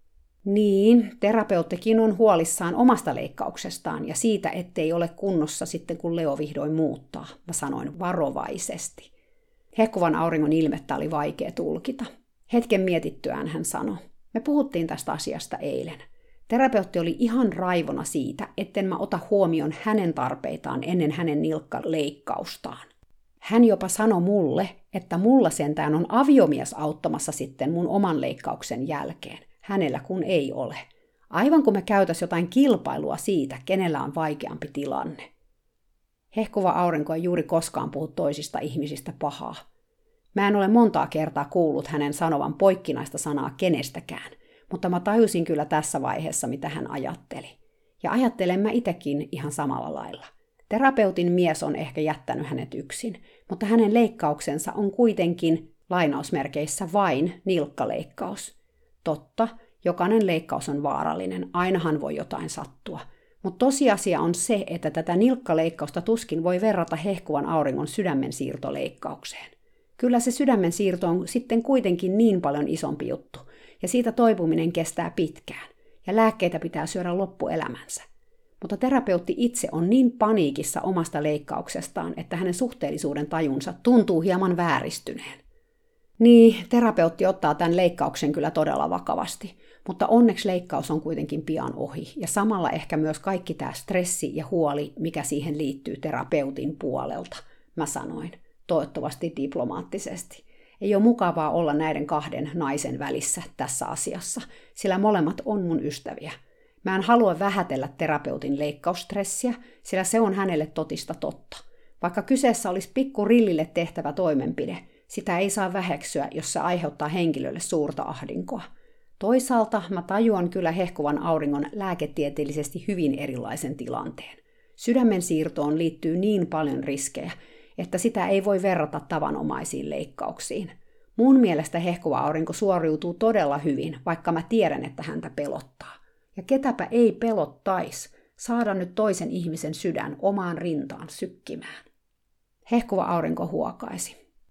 Niin, terapeuttikin on huolissaan omasta leikkauksestaan ja siitä, ettei ole kunnossa sitten kun Leo vihdoin muuttaa, mä sanoin varovaisesti. Hehkuvan auringon ilmettä oli vaikea tulkita. Hetken mietittyään hän sanoi, me puhuttiin tästä asiasta eilen. Terapeutti oli ihan raivona siitä, etten mä ota huomioon hänen tarpeitaan ennen hänen nilkkaleikkaustaan. Hän jopa sanoi mulle, että mulla sentään on aviomies auttamassa sitten mun oman leikkauksen jälkeen. Hänellä kun ei ole. Aivan kun me käytäisiin jotain kilpailua siitä, kenellä on vaikeampi tilanne. Hehkuva aurinko ei juuri koskaan puhu toisista ihmisistä pahaa. Mä en ole montaa kertaa kuullut hänen sanovan poikkinaista sanaa kenestäkään, mutta mä tajusin kyllä tässä vaiheessa, mitä hän ajatteli. Ja ajattelen mä itekin ihan samalla lailla. Terapeutin mies on ehkä jättänyt hänet yksin, mutta hänen leikkauksensa on kuitenkin lainausmerkeissä vain nilkkaleikkaus. Totta, jokainen leikkaus on vaarallinen, ainahan voi jotain sattua. Mutta tosiasia on se, että tätä nilkkaleikkausta tuskin voi verrata hehkuvan auringon sydämen siirtoleikkaukseen. Kyllä se sydämen siirto on sitten kuitenkin niin paljon isompi juttu, ja siitä toipuminen kestää pitkään, ja lääkkeitä pitää syödä loppuelämänsä. Mutta terapeutti itse on niin paniikissa omasta leikkauksestaan, että hänen suhteellisuuden tajunsa tuntuu hieman vääristyneen. Niin, terapeutti ottaa tämän leikkauksen kyllä todella vakavasti, mutta onneksi leikkaus on kuitenkin pian ohi, ja samalla ehkä myös kaikki tämä stressi ja huoli, mikä siihen liittyy terapeutin puolelta, mä sanoin, toivottavasti diplomaattisesti. Ei ole mukavaa olla näiden kahden naisen välissä tässä asiassa, sillä molemmat on mun ystäviä. Mä en halua vähätellä terapeutin leikkausstressiä, sillä se on hänelle totista totta. Vaikka kyseessä olisi pikku rillille tehtävä toimenpide, sitä ei saa väheksyä, jos se aiheuttaa henkilölle suurta ahdinkoa. Toisaalta mä tajuan kyllä hehkuvan auringon lääketieteellisesti hyvin erilaisen tilanteen. Sydämen siirtoon liittyy niin paljon riskejä, että sitä ei voi verrata tavanomaisiin leikkauksiin. Mun mielestä hehkuva aurinko suoriutuu todella hyvin, vaikka mä tiedän, että häntä pelottaa. Ja ketäpä ei pelottais saada nyt toisen ihmisen sydän omaan rintaan sykkimään. Hehkuva aurinko huokaisi.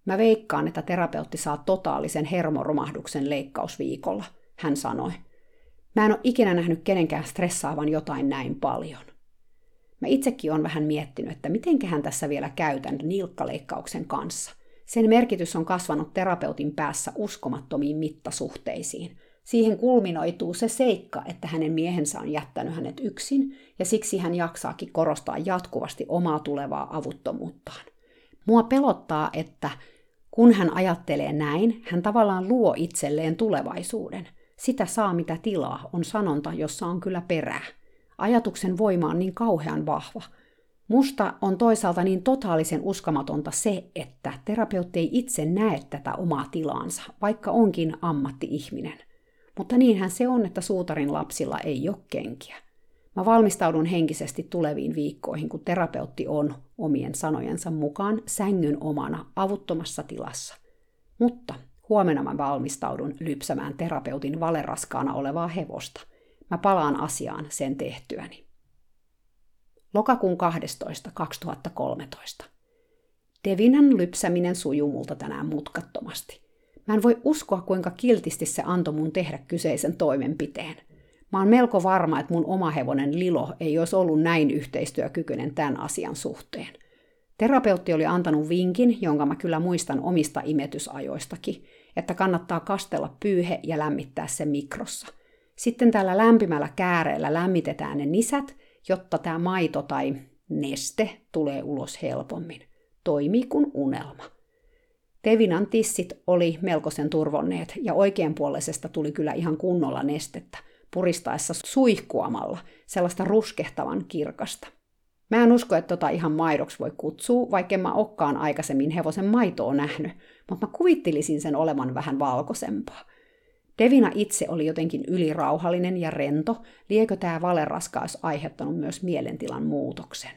Mä veikkaan, että terapeutti saa totaalisen hermoromahduksen leikkausviikolla, hän sanoi. Mä en ole ikinä nähnyt kenenkään stressaavan jotain näin paljon. Mä itsekin olen vähän miettinyt, että mitenköhän tässä vielä käytän nilkkaleikkauksen kanssa. Sen merkitys on kasvanut terapeutin päässä uskomattomiin mittasuhteisiin. Siihen kulminoituu se seikka, että hänen miehensä on jättänyt hänet yksin, ja siksi hän jaksaakin korostaa jatkuvasti omaa tulevaa avuttomuuttaan. Mua pelottaa, että kun hän ajattelee näin, hän tavallaan luo itselleen tulevaisuuden. Sitä saa mitä tilaa, on sanonta, jossa on kyllä perää. Ajatuksen voima on niin kauhean vahva. Musta on toisaalta niin totaalisen uskomatonta se, että terapeutti ei itse näe tätä omaa tilaansa, vaikka onkin ammatti-ihminen. Mutta niinhän se on, että suutarin lapsilla ei ole kenkiä. Mä valmistaudun henkisesti tuleviin viikkoihin, kun terapeutti on, omien sanojensa mukaan, sängyn omana, avuttomassa tilassa. Mutta huomenna mä valmistaudun lypsämään terapeutin valeraskaana olevaa hevosta. Mä palaan asiaan sen tehtyäni. Lokakuun 12. 2013. Devinan lypsäminen sujuu multa tänään mutkattomasti. Mä en voi uskoa, kuinka kiltisti se antoi mun tehdä kyseisen toimenpiteen. Mä oon melko varma, että mun oma hevonen Lilo ei olisi ollut näin yhteistyökykyinen tämän asian suhteen. Terapeutti oli antanut vinkin, jonka mä kyllä muistan omista imetysajoistakin, että kannattaa kastella pyyhe ja lämmittää se mikrossa. Sitten tällä lämpimällä kääreellä lämmitetään ne nisät, jotta tämä maito tai neste tulee ulos helpommin. Toimii kuin unelma. Devinan tissit oli melkoisen turvonneet ja oikeanpuoleisesta tuli kyllä ihan kunnolla nestettä, puristaessa suihkuamalla, sellaista ruskehtavan kirkasta. Mä en usko, että tota ihan maidoksi voi kutsua, vaikka en mä olekaan aikaisemmin hevosen maitoa nähnyt, mutta mä kuvittelisin sen olevan vähän valkoisempaa. Devina itse oli jotenkin ylirauhallinen ja rento, liekö tämä valeraskaus aiheuttanut myös mielentilan muutoksen.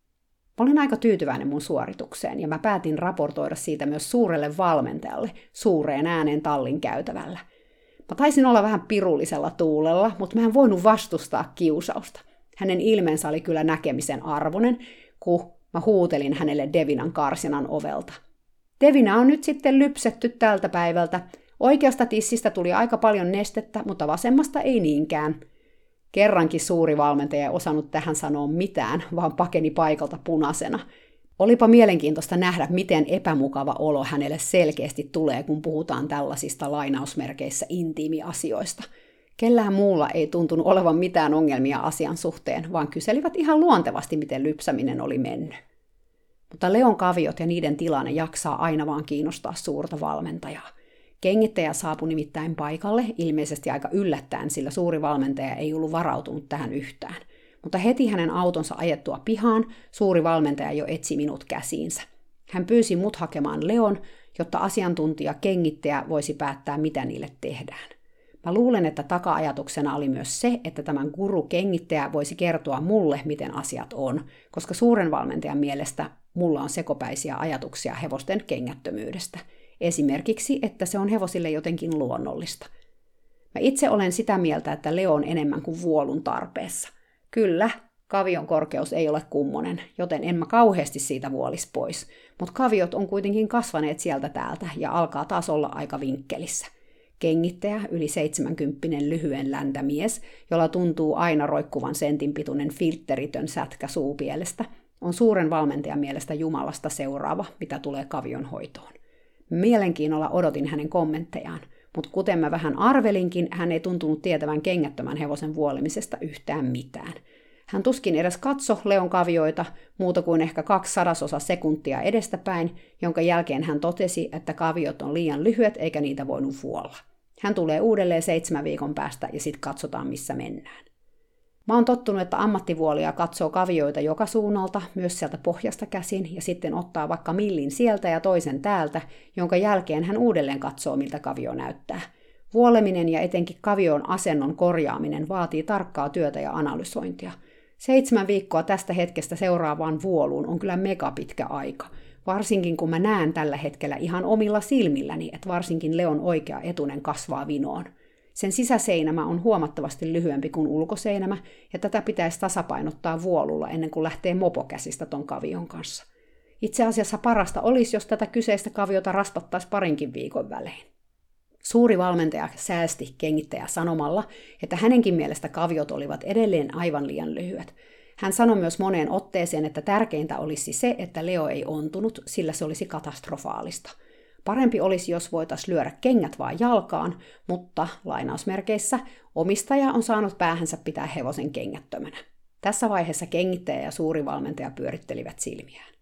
Mä olin aika tyytyväinen mun suoritukseen ja mä päätin raportoida siitä myös suurelle valmentajalle suureen ääneen tallin käytävällä. Mä taisin olla vähän pirullisella tuulella, mutta mä en voinut vastustaa kiusausta. Hänen ilmeensä oli kyllä näkemisen arvoinen, kun mä huutelin hänelle Devinan karsinan ovelta. Devina on nyt sitten lypsetty tältä päivältä. Oikeasta tissistä tuli aika paljon nestettä, mutta vasemmasta ei niinkään. Kerrankin suuri valmentaja ei osannut tähän sanoa mitään, vaan pakeni paikalta punaisena. Olipa mielenkiintoista nähdä, miten epämukava olo hänelle selkeästi tulee, kun puhutaan tällaisista lainausmerkeissä intiimiasioista. Kellään muulla ei tuntunut olevan mitään ongelmia asian suhteen, vaan kyselivät ihan luontevasti, miten lypsäminen oli mennyt. Mutta Leon kaviot ja niiden tilanne jaksaa aina vaan kiinnostaa suurta valmentajaa. Kengittäjä saapui nimittäin paikalle, ilmeisesti aika yllättäen, sillä suuri valmentaja ei ollut varautunut tähän yhtään. Mutta heti hänen autonsa ajettua pihaan, suuri valmentaja jo etsi minut käsiinsä. Hän pyysi mut hakemaan Leon, jotta asiantuntija kengittäjä voisi päättää, mitä niille tehdään. Mä luulen, että taka-ajatuksena oli myös se, että tämän guru-kengittäjä voisi kertoa mulle, miten asiat on, koska suuren valmentajan mielestä mulla on sekopäisiä ajatuksia hevosten kengättömyydestä. Esimerkiksi, että se on hevosille jotenkin luonnollista. Mä itse olen sitä mieltä, että Leo on enemmän kuin vuolun tarpeessa. Kyllä, kavion korkeus ei ole kummonen, joten en mä kauheasti siitä vuolis pois, mutta kaviot on kuitenkin kasvaneet sieltä täältä ja alkaa taas olla aika vinkkelissä. Kengittäjä, yli 70 lyhyen läntämies, jolla tuntuu aina roikkuvan sentin pituinen filteritön sätkä suupielestä, on suuren valmentajan mielestä Jumalasta seuraava, mitä tulee kavion hoitoon. Mielenkiinnolla odotin hänen kommenttejaan, mutta kuten mä vähän arvelinkin, hän ei tuntunut tietävän kengättömän hevosen vuolimisesta yhtään mitään. Hän tuskin edes katso Leon kavioita muuta kuin ehkä 2/100 sekuntia edestäpäin, jonka jälkeen hän totesi, että kaviot on liian lyhyet eikä niitä voinut vuolla. Hän tulee uudelleen 7 viikon päästä ja sitten katsotaan missä mennään. Mä oon tottunut, että ammattivuolija katsoo kavioita joka suunnalta, myös sieltä pohjasta käsin, ja sitten ottaa vaikka millin sieltä ja toisen täältä, jonka jälkeen hän uudelleen katsoo, miltä kavio näyttää. Vuoleminen ja etenkin kavion asennon korjaaminen vaatii tarkkaa työtä ja analysointia. 7 viikkoa tästä hetkestä seuraavaan vuoluun on kyllä megapitkä aika, varsinkin kun mä näen tällä hetkellä ihan omilla silmilläni, että varsinkin Leon oikea etunen kasvaa vinoon. Sen sisäseinämä on huomattavasti lyhyempi kuin ulkoseinämä, ja tätä pitäisi tasapainottaa vuolulla ennen kuin lähtee mopokäsistä ton kavion kanssa. Itse asiassa parasta olisi, jos tätä kyseistä kaviota raspattaisiin parinkin viikon välein. Suuri valmentaja säästi kengittäjää sanomalla, että hänenkin mielestä kaviot olivat edelleen aivan liian lyhyet. Hän sanoi myös moneen otteeseen, että tärkeintä olisi se, että Leo ei ontunut, sillä se olisi katastrofaalista. Parempi olisi, jos voitaisiin lyödä kengät vaan jalkaan, mutta lainausmerkeissä omistaja on saanut päähänsä pitää hevosen kengättömänä. Tässä vaiheessa kengittäjä ja suuri valmentaja pyörittelivät silmiään.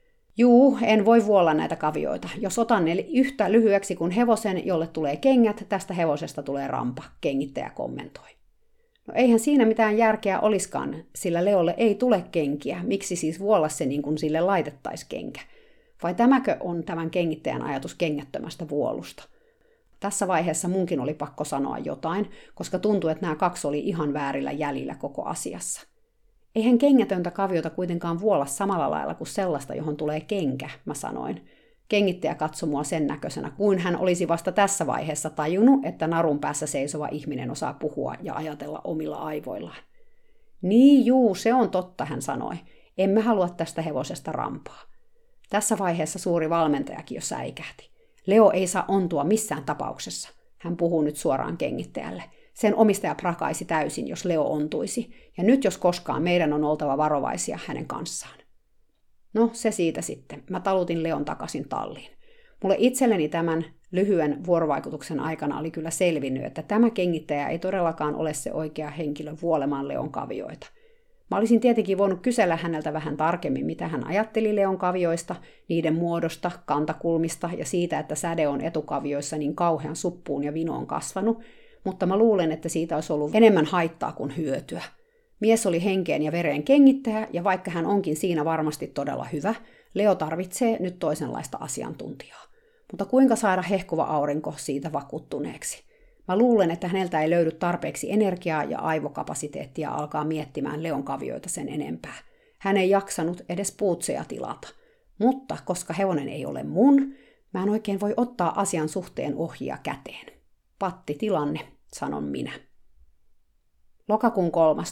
Juu, en voi vuolla näitä kavioita. Jos otan ne yhtä lyhyeksi kuin hevosen, jolle tulee kengät, tästä hevosesta tulee rampa, kengittäjä kommentoi. No eihän siinä mitään järkeä oliskaan, sillä Leolle ei tule kenkiä. Miksi siis vuolla se niin kuin sille laitettaisiin kenkä? Vai tämäkö on tämän kengittäjän ajatus kengättömästä vuolusta? Tässä vaiheessa munkin oli pakko sanoa jotain, koska tuntui, että nämä kaksi oli ihan väärillä jäljillä koko asiassa. Eihän kengätöntä kaviota kuitenkaan vuolla samalla lailla kuin sellaista, johon tulee kenkä, mä sanoin. Kengittäjä katsoi mua sen näköisenä, kuin hän olisi vasta tässä vaiheessa tajunnut, että narun päässä seisova ihminen osaa puhua ja ajatella omilla aivoillaan. Niin juu, se on totta, hän sanoi. Emme halua tästä hevosesta rampaa. Tässä vaiheessa suuri valmentajakin jo säikähti. Leo ei saa ontua missään tapauksessa. Hän puhuu nyt suoraan kengittäjälle. Sen omistaja prakaisi täysin, jos Leo ontuisi, ja nyt jos koskaan meidän on oltava varovaisia hänen kanssaan. No, se siitä sitten. Mä talutin Leon takaisin talliin. Mulle itselleni tämän lyhyen vuorovaikutuksen aikana oli kyllä selvinnyt, että tämä kengittäjä ei todellakaan ole se oikea henkilö vuolemaan Leon kavioita. Mä olisin tietenkin voinut kysellä häneltä vähän tarkemmin, mitä hän ajatteli Leon kavioista, niiden muodosta, kantakulmista ja siitä, että säde on etukavioissa niin kauhean suppuun ja vinoon kasvanut, mutta mä luulen, että siitä olisi ollut enemmän haittaa kuin hyötyä. Mies oli henkeen ja vereen kengittäjä, ja vaikka hän onkin siinä varmasti todella hyvä, Leo tarvitsee nyt toisenlaista asiantuntijaa. Mutta kuinka saada hehkuva aurinko siitä vakuuttuneeksi? Mä luulen, että häneltä ei löydy tarpeeksi energiaa ja aivokapasiteettia alkaa miettimään Leon kavioita sen enempää. Hän ei jaksanut edes puutseja tilata. Mutta koska hevonen ei ole mun, mä en oikein voi ottaa asian suhteen ohjia käteen. Patti tilanne, sanon minä. Lokakuun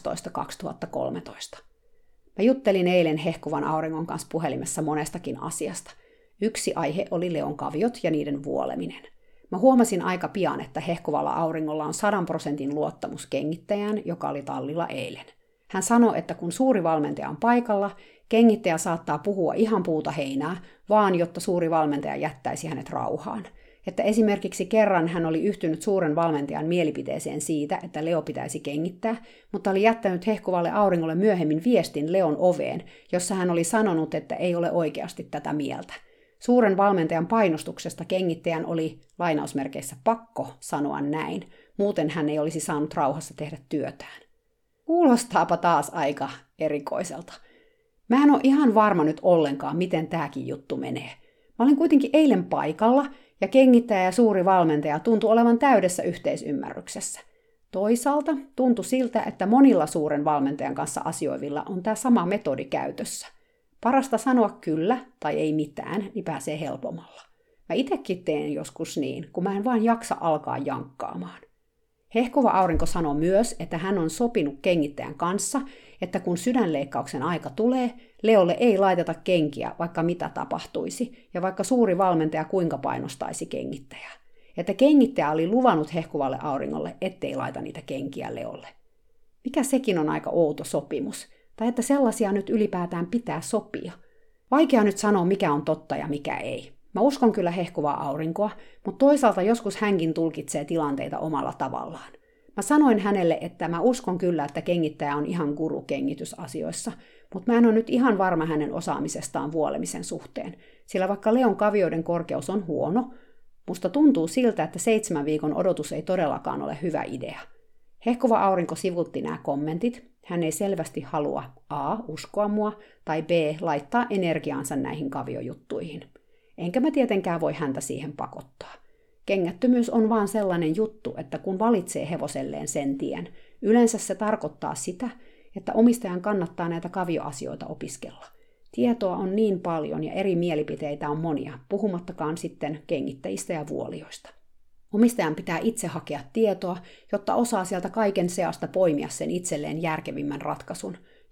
13.2013. Mä juttelin eilen hehkuvan auringon kanssa puhelimessa monestakin asiasta. Yksi aihe oli Leon kaviot ja niiden vuoleminen. Mä huomasin aika pian, että hehkuvalla auringolla on 100% luottamus kengittäjään, joka oli tallilla eilen. Hän sanoi, että kun suuri valmentaja on paikalla, kengittäjä saattaa puhua ihan puuta heinää, vaan jotta suuri valmentaja jättäisi hänet rauhaan. Että esimerkiksi kerran hän oli yhtynyt suuren valmentajan mielipiteeseen siitä, että Leo pitäisi kengittää, mutta oli jättänyt hehkuvalle auringolle myöhemmin viestin Leon oveen, jossa hän oli sanonut, että ei ole oikeasti tätä mieltä. Suuren valmentajan painostuksesta kengittäjän oli lainausmerkeissä pakko sanoa näin, muuten hän ei olisi saanut rauhassa tehdä työtään. Kuulostaapa taas aika erikoiselta. Mä en ole ihan varma nyt ollenkaan, miten tääkin juttu menee. Mä olin kuitenkin eilen paikalla, ja kengittäjä ja suuri valmentaja tuntui olevan täydessä yhteisymmärryksessä. Toisaalta tuntui siltä, että monilla suuren valmentajan kanssa asioivilla on tämä sama metodi käytössä. Parasta sanoa kyllä tai ei mitään, niin pääsee helpommalla. Mä itekin teen joskus niin, kun mä en vaan jaksa alkaa jankkaamaan. Hehkuva aurinko sanoi myös, että hän on sopinut kengittäjän kanssa, että kun sydänleikkauksen aika tulee, Leolle ei laiteta kenkiä, vaikka mitä tapahtuisi, ja vaikka suuri valmentaja kuinka painostaisi kengittäjää. Että kengittäjä oli luvannut hehkuvalle auringolle, ettei laita niitä kenkiä Leolle. Mikä sekin on aika outo sopimus, tai että sellaisia nyt ylipäätään pitää sopia. Vaikea nyt sanoa, mikä on totta ja mikä ei. Mä uskon kyllä hehkuvaa aurinkoa, mutta toisaalta joskus hänkin tulkitsee tilanteita omalla tavallaan. Mä sanoin hänelle, että mä uskon kyllä, että kengittäjä on ihan guru kengitysasioissa, mutta mä en ole nyt ihan varma hänen osaamisestaan vuolemisen suhteen, sillä vaikka Leon kavioiden korkeus on huono, musta tuntuu siltä, että 7 viikon odotus ei todellakaan ole hyvä idea. Hehkuva aurinko sivutti nämä kommentit. Hän ei selvästi halua A. uskoa mua tai B. laittaa energiaansa näihin kaviojuttuihin. Enkä mä tietenkään voi häntä siihen pakottaa. Kengättömyys on vaan sellainen juttu, että kun valitsee hevoselleen sen tien, yleensä se tarkoittaa sitä, että omistajan kannattaa näitä kavioasioita opiskella. Tietoa on niin paljon ja eri mielipiteitä on monia, puhumattakaan sitten kengittäjistä ja vuolioista. Omistajan pitää itse hakea tietoa, jotta osaa sieltä kaiken seasta poimia sen itselleen järkevimmän ratkaisun,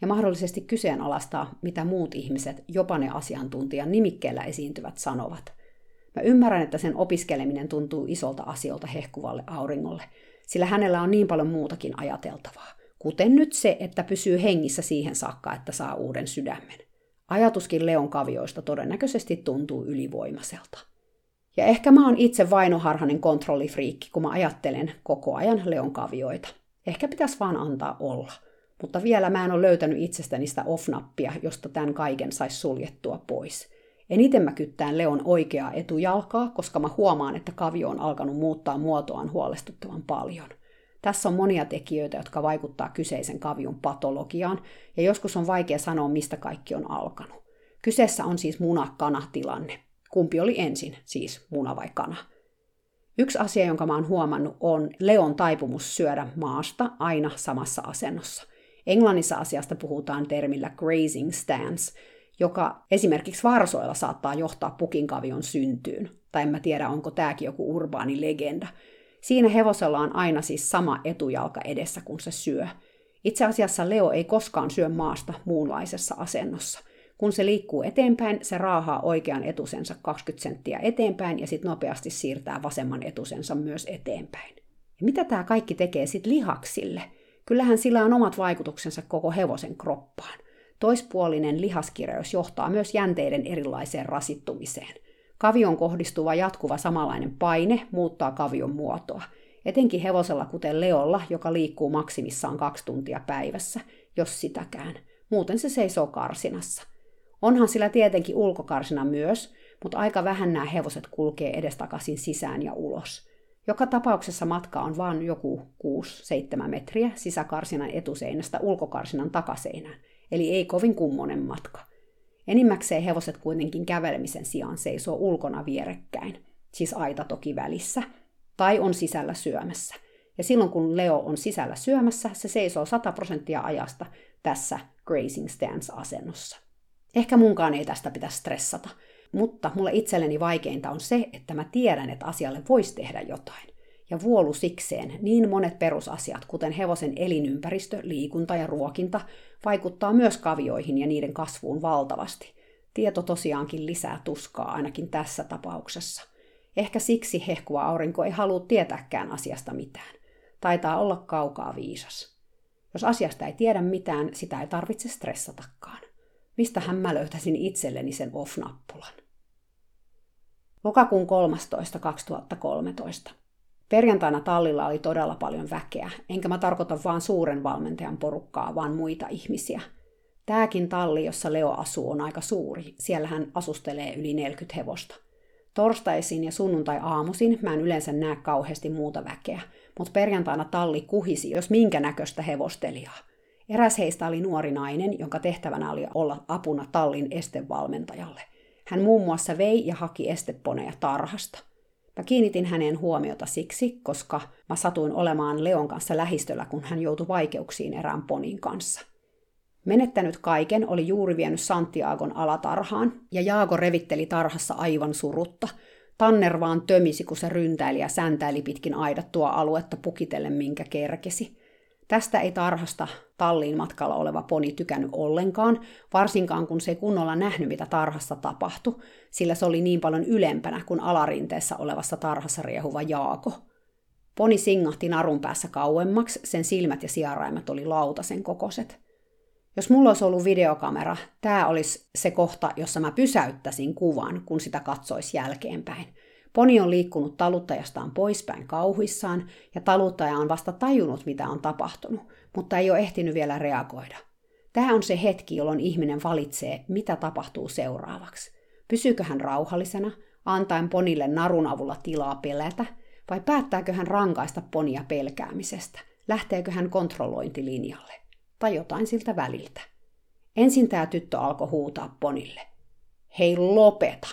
ja mahdollisesti kyseenalaistaa, mitä muut ihmiset, jopa ne asiantuntijan nimikkeellä esiintyvät, sanovat. Mä ymmärrän, että sen opiskeleminen tuntuu isolta asialta hehkuvalle auringolle, sillä hänellä on niin paljon muutakin ajateltavaa, kuten nyt se, että pysyy hengissä siihen saakka, että saa uuden sydämen. Ajatuskin Leon kavioista todennäköisesti tuntuu ylivoimaiselta. Ja ehkä mä oon itse vainoharhainen kontrollifriikki, kun mä ajattelen koko ajan Leon kavioita. Ehkä pitäisi vaan antaa olla. Mutta vielä mä en ole löytänyt itsestäni sitä off-nappia, josta tämän kaiken saisi suljettua pois. Eniten mä kyttään Leon oikeaa etujalkaa, koska mä huomaan, että kavio on alkanut muuttaa muotoaan huolestuttavan paljon. Tässä on monia tekijöitä, jotka vaikuttaa kyseisen kavion patologiaan, ja joskus on vaikea sanoa, mistä kaikki on alkanut. Kyseessä on siis muna-kana-tilanne. Kumpi oli ensin, siis muna vai kana? Yksi asia, jonka mä oon huomannut, on Leon taipumus syödä maasta aina samassa asennossa. Englannissa asiasta puhutaan termillä grazing stance, joka esimerkiksi varsoilla saattaa johtaa pukinkavion syntyyn. Tai en mä tiedä, onko tääkin joku urbaani legenda. Siinä hevosella on aina siis sama etujalka edessä, kun se syö. Itse asiassa Leo ei koskaan syö maasta muunlaisessa asennossa. Kun se liikkuu eteenpäin, se raahaa oikean etusensa 20 senttiä eteenpäin ja sitten nopeasti siirtää vasemman etusensa myös eteenpäin. Ja mitä tämä kaikki tekee sitten lihaksille? Kyllähän sillä on omat vaikutuksensa koko hevosen kroppaan. Toispuolinen lihaskireys johtaa myös jänteiden erilaiseen rasittumiseen. Kavion kohdistuva jatkuva samanlainen paine muuttaa kavion muotoa. Etenkin hevosella kuten Leolla, joka liikkuu maksimissaan 2 tuntia päivässä, jos sitäkään. Muuten se seisoo karsinassa. Onhan sillä tietenkin ulkokarsina myös, mutta aika vähän nämä hevoset kulkee edestakaisin sisään ja ulos. Joka tapauksessa matka on vain joku 6-7 metriä sisäkarsinan etuseinästä ulkokarsinan takaseinään, eli ei kovin kummonen matka. Enimmäkseen hevoset kuitenkin kävelemisen sijaan seisoo ulkona vierekkäin, siis aita toki välissä, tai on sisällä syömässä. Ja silloin kun Leo on sisällä syömässä, se seisoo 100% ajasta tässä grazing stance-asennossa. Ehkä munkaan ei tästä pitäisi stressata, mutta mulle itselleni vaikeinta on se, että mä tiedän, että asialle voisi tehdä jotain. Ja vuolusikseen niin monet perusasiat, kuten hevosen elinympäristö, liikunta ja ruokinta, vaikuttaa myös kavioihin ja niiden kasvuun valtavasti. Tieto tosiaankin lisää tuskaa ainakin tässä tapauksessa. Ehkä siksi hehkuva aurinko ei halua tietääkään asiasta mitään. Taitaa olla kaukaa viisas. Jos asiasta ei tiedä mitään, sitä ei tarvitse stressatakaan. Mistähän mä löytäisin itselleni sen off-nappulan? Lokakuun 13.2013. Perjantaina tallilla oli todella paljon väkeä, enkä mä tarkoita vaan suuren valmentajan porukkaa, vaan muita ihmisiä. Tääkin talli, jossa Leo asuu, on aika suuri. Siellä hän asustelee yli 40 hevosta. Torstaisin ja sunnuntai-aamuisin mä en yleensä näe kauheasti muuta väkeä, mutta perjantaina talli kuhisi jos minkä näköistä hevostelijaa. Eräs heistä oli nuori nainen, jonka tehtävänä oli olla apuna tallin estevalmentajalle. Hän muun muassa vei ja haki esteponeja tarhasta. Mä kiinnitin häneen huomiota siksi, koska mä satuin olemaan Leon kanssa lähistöllä, kun hän joutui vaikeuksiin erään ponin kanssa. Menettänyt kaiken oli juuri vienyt Santiagon alatarhaan, ja Jaago revitteli tarhassa aivan surutta. Tanner vaan tömisi, kun se ryntäili ja säntäili pitkin aidattua aluetta pukitellen, minkä kerkesi. Tästä ei tarhasta talliin matkalla oleva poni tykännyt ollenkaan, varsinkaan kun se ei kunnolla nähnyt, mitä tarhassa tapahtui, sillä se oli niin paljon ylempänä kuin alarinteessä olevassa tarhassa riehuva Jaago. Poni singahti narun päässä kauemmaksi, sen silmät ja siaraimet oli lautasen kokoiset. Jos mulla olisi ollut videokamera, tämä olisi se kohta, jossa mä pysäyttäisin kuvan, kun sitä katsoisi jälkeenpäin. Poni on liikkunut taluttajastaan poispäin kauhuissaan, ja taluttaja on vasta tajunnut, mitä on tapahtunut, mutta ei ole ehtinyt vielä reagoida. Tämä on se hetki, jolloin ihminen valitsee, mitä tapahtuu seuraavaksi. Pysyykö hän rauhallisena, antaen ponille narun avulla tilaa pelätä, vai päättääkö hän rankaista ponia pelkäämisestä? Lähteekö hän kontrollointilinjalle? Tai jotain siltä väliltä. Ensin tämä tyttö alkoi huutaa ponille. Hei, lopeta!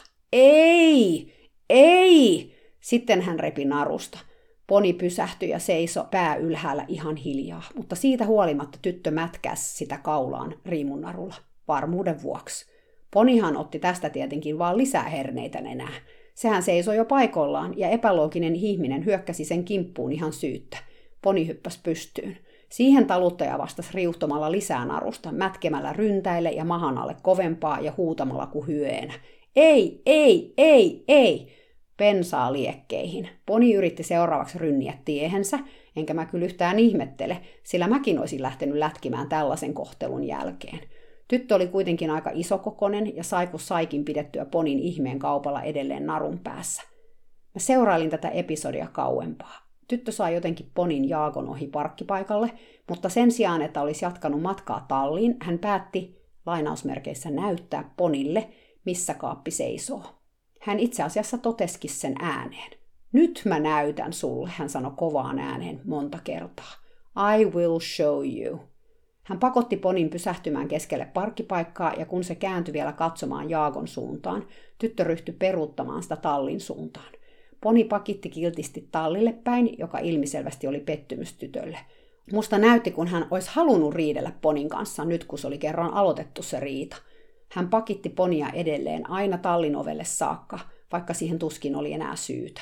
Ei! Ei! Sitten hän repi narusta. Poni pysähtyi ja seisoi pää ylhäällä ihan hiljaa, mutta siitä huolimatta tyttö mätkäsi sitä kaulaan riimunnarulla, varmuuden vuoksi. Ponihan otti tästä tietenkin vaan lisää herneitä nenää. Sehän seisoi jo paikoillaan ja epälooginen ihminen hyökkäsi sen kimppuun ihan syyttä. Poni hyppäsi pystyyn. Siihen taluttaja vastasi riuhtomalla lisää narusta, mätkemällä ryntäille ja mahan alle kovempaa ja huutamalla kuin hyeenä. Ei, ei, ei, ei! Pensaa liekkeihin. Poni yritti seuraavaksi rynniä tiehensä, enkä mä kyllä yhtään ihmettele, sillä mäkin olisin lähtenyt lätkimään tällaisen kohtelun jälkeen. Tyttö oli kuitenkin aika isokokonen ja saikin pidettyä ponin ihmeen kaupalla edelleen narun päässä. Mä seurailin tätä episodia kauempaa. Tyttö sai jotenkin ponin Jaagon ohi parkkipaikalle, mutta sen sijaan, että olisi jatkanut matkaa talliin, hän päätti lainausmerkeissä näyttää ponille, missä kaappi seisoo. Hän itse asiassa totesikin sen ääneen. Nyt mä näytän sulle, hän sanoi kovaan ääneen monta kertaa. I will show you. Hän pakotti ponin pysähtymään keskelle parkkipaikkaa ja kun se kääntyi vielä katsomaan Jaagon suuntaan, tyttö ryhtyi peruuttamaan sitä tallin suuntaan. Poni pakitti kiltisti tallille päin, joka ilmiselvästi oli pettymys tytölle. Musta näytti, kun hän olisi halunnut riidellä ponin kanssa nyt, kun se oli kerran aloitettu se riita. Hän pakitti ponia edelleen aina tallin ovelle saakka, vaikka siihen tuskin oli enää syytä.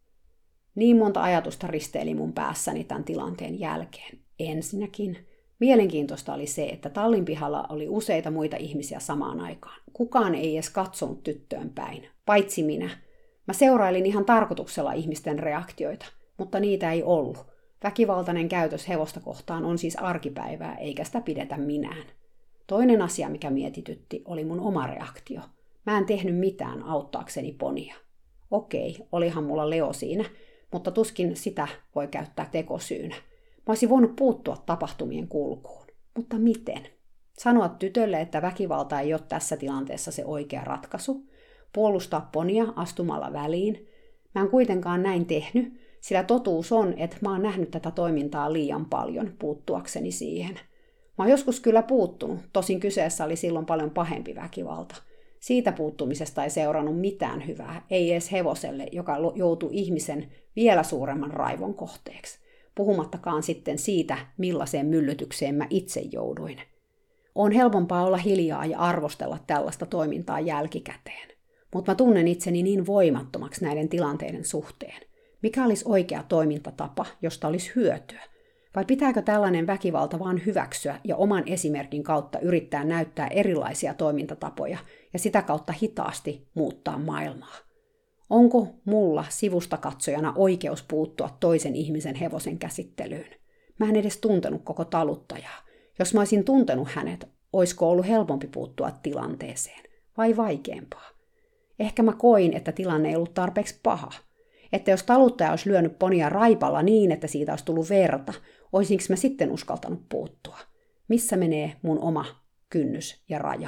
Niin monta ajatusta risteili mun päässäni tämän tilanteen jälkeen. Ensinnäkin mielenkiintoista oli se, että tallin pihalla oli useita muita ihmisiä samaan aikaan. Kukaan ei edes katsonut tyttöön päin, paitsi minä. Mä seurailin ihan tarkoituksella ihmisten reaktioita, mutta niitä ei ollut. Väkivaltainen käytös hevosta kohtaan on siis arkipäivää, eikä sitä pidetä minään. Toinen asia, mikä mietitytti, oli mun oma reaktio. Mä en tehnyt mitään auttaakseni ponia. Okei, olihan mulla Leo siinä, mutta tuskin sitä voi käyttää tekosyynä. Mä olisin voinut puuttua tapahtumien kulkuun. Mutta miten? Sanoa tytölle, että väkivalta ei ole tässä tilanteessa se oikea ratkaisu. Puolustaa ponia astumalla väliin. Mä en kuitenkaan näin tehnyt, sillä totuus on, että mä oon nähnyt tätä toimintaa liian paljon puuttuakseni siihen. Mä oon joskus kyllä puuttunut, tosin kyseessä oli silloin paljon pahempi väkivalta. Siitä puuttumisesta ei seurannut mitään hyvää, ei edes hevoselle, joka joutui ihmisen vielä suuremman raivon kohteeksi. Puhumattakaan sitten siitä, millaiseen myllytykseen mä itse jouduin. On helpompaa olla hiljaa ja arvostella tällaista toimintaa jälkikäteen. Mutta mä tunnen itseni niin voimattomaksi näiden tilanteiden suhteen. Mikä olisi oikea toimintatapa, josta olisi hyötyä? Vai pitääkö tällainen väkivalta vaan hyväksyä ja oman esimerkin kautta yrittää näyttää erilaisia toimintatapoja ja sitä kautta hitaasti muuttaa maailmaa? Onko mulla sivusta katsojana oikeus puuttua toisen ihmisen hevosen käsittelyyn? Mä en edes tuntenut koko taluttajaa. Jos mä olisin tuntenut hänet, olisiko ollut helpompi puuttua tilanteeseen vai vaikeampaa? Ehkä mä koin, että tilanne ei ollut tarpeeksi paha. Että jos taluttaja olisi lyönyt ponia raipalla niin, että siitä olisi tullut verta, olisinko mä sitten uskaltanut puuttua? Missä menee mun oma kynnys ja raja?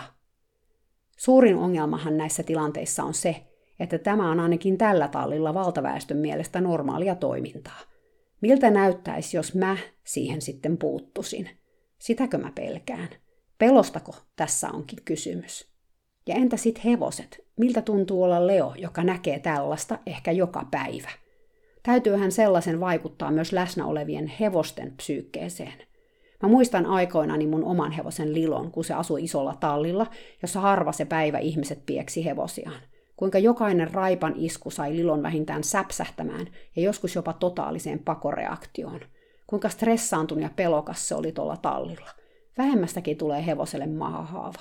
Suurin ongelmahan näissä tilanteissa on se, että tämä on ainakin tällä tallilla valtaväestön mielestä normaalia toimintaa. Miltä näyttäisi, jos mä siihen sitten puuttusin? Sitäkö mä pelkään? Pelostako tässä onkin kysymys? Ja entä sit hevoset? Miltä tuntuu olla Leo, joka näkee tällaista ehkä joka päivä? Täytyyhän sellaisen vaikuttaa myös läsnä olevien hevosten psyykkeeseen. Mä muistan aikoinani mun oman hevosen Lilon, kun se asui isolla tallilla, jossa harva se päivä ihmiset pieksi hevosiaan. Kuinka jokainen raipan isku sai Lilon vähintään säpsähtämään ja joskus jopa totaaliseen pakoreaktioon. Kuinka stressaantunut ja pelokas se oli tuolla tallilla. Vähemmästäkin tulee hevoselle mahahaava.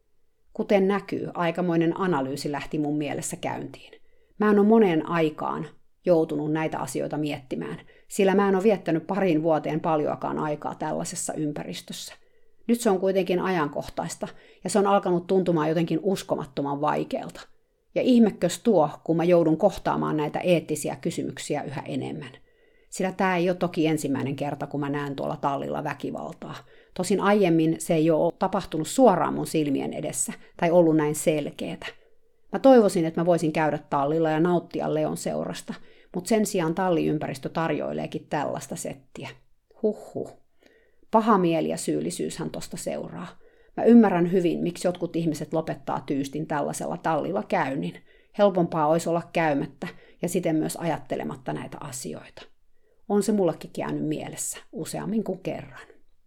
Kuten näkyy, aikamoinen analyysi lähti mun mielessä käyntiin. Mä en ole moneen aikaan joutunut näitä asioita miettimään, sillä mä en ole viettänyt pariin vuoteen paljoakaan aikaa tällaisessa ympäristössä. Nyt se on kuitenkin ajankohtaista, ja se on alkanut tuntumaan jotenkin uskomattoman vaikealta. Ja ihmekös tuo, kun mä joudun kohtaamaan näitä eettisiä kysymyksiä yhä enemmän. Sillä tämä ei ole toki ensimmäinen kerta, kun mä näen tuolla tallilla väkivaltaa. Tosin aiemmin se ei ole tapahtunut suoraan mun silmien edessä, tai ollut näin selkeätä. Mä toivoisin, että mä voisin käydä tallilla ja nauttia Leon seurasta, mutta sen sijaan talliympäristö tarjoileekin tällaista settiä. Huhhuh. Paha mieli ja syyllisyyshän tosta seuraa. Mä ymmärrän hyvin, miksi jotkut ihmiset lopettaa tyystin tällaisella tallilla käynnin. Helpompaa olisi olla käymättä ja siten myös ajattelematta näitä asioita. On se mullekin käynyt mielessä useammin kuin kerran.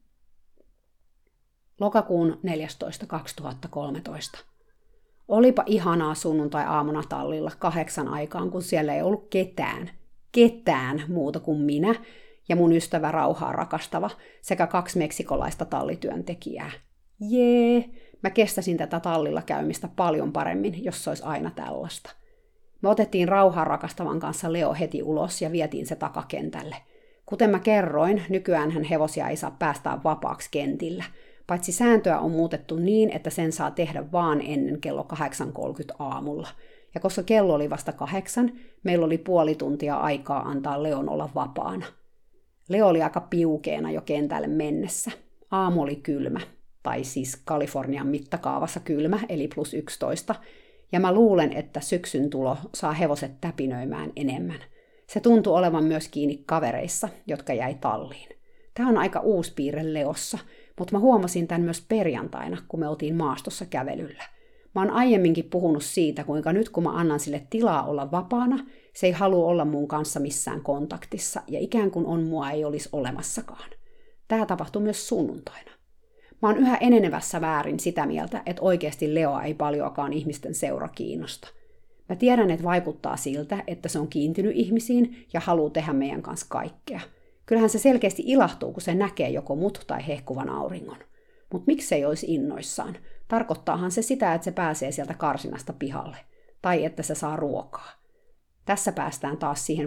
Lokakuun 14.2013. Olipa ihanaa sunnuntai-aamuna tallilla 8 aikaan, kun siellä ei ollut ketään muuta kuin minä ja mun ystävä rauhaa rakastava sekä 2 meksikolaista tallityöntekijää. Jee! Mä kestäisin tätä tallilla käymistä paljon paremmin, jos se olisi aina tällaista. Me otettiin rauhaa rakastavan kanssa Leo heti ulos ja vietiin se takakentälle. Kuten mä kerroin, nykyäänhän hevosia ei saa päästää vapaaksi kentillä, paitsi sääntöä on muutettu niin, että sen saa tehdä vaan ennen kello 8.30 aamulla. Ja koska kello oli vasta 8, meillä oli puoli tuntia aikaa antaa Leon olla vapaana. Leo oli aika piukeena jo kentälle mennessä. Aamu oli kylmä, tai siis Kalifornian mittakaavassa kylmä, eli +11, ja mä luulen, että syksyn tulo saa hevoset täpinöimään enemmän. Se tuntui olevan myös kiinni kavereissa, jotka jäi talliin. Tämä on aika uusi piirre Leossa, mutta mä huomasin tämän myös perjantaina, kun me oltiin maastossa kävelyllä. Mä oon aiemminkin puhunut siitä, kuinka nyt kun mä annan sille tilaa olla vapaana, se ei halua olla mun kanssa missään kontaktissa, ja ikään kuin mua ei olisi olemassakaan. Tämä tapahtui myös sunnuntaina. Mä oon yhä enenevässä määrin sitä mieltä, että oikeasti Leoa ei paljoakaan ihmisten seura kiinnosta. Mä tiedän, että vaikuttaa siltä, että se on kiintynyt ihmisiin ja haluaa tehdä meidän kanssa kaikkea. Kyllähän se selkeästi ilahtuu, kun se näkee joko mut tai hehkuvan auringon. Mutta miksei olisi innoissaan? Tarkoittaahan se sitä, että se pääsee sieltä karsinasta pihalle. Tai että se saa ruokaa. Tässä päästään taas siihen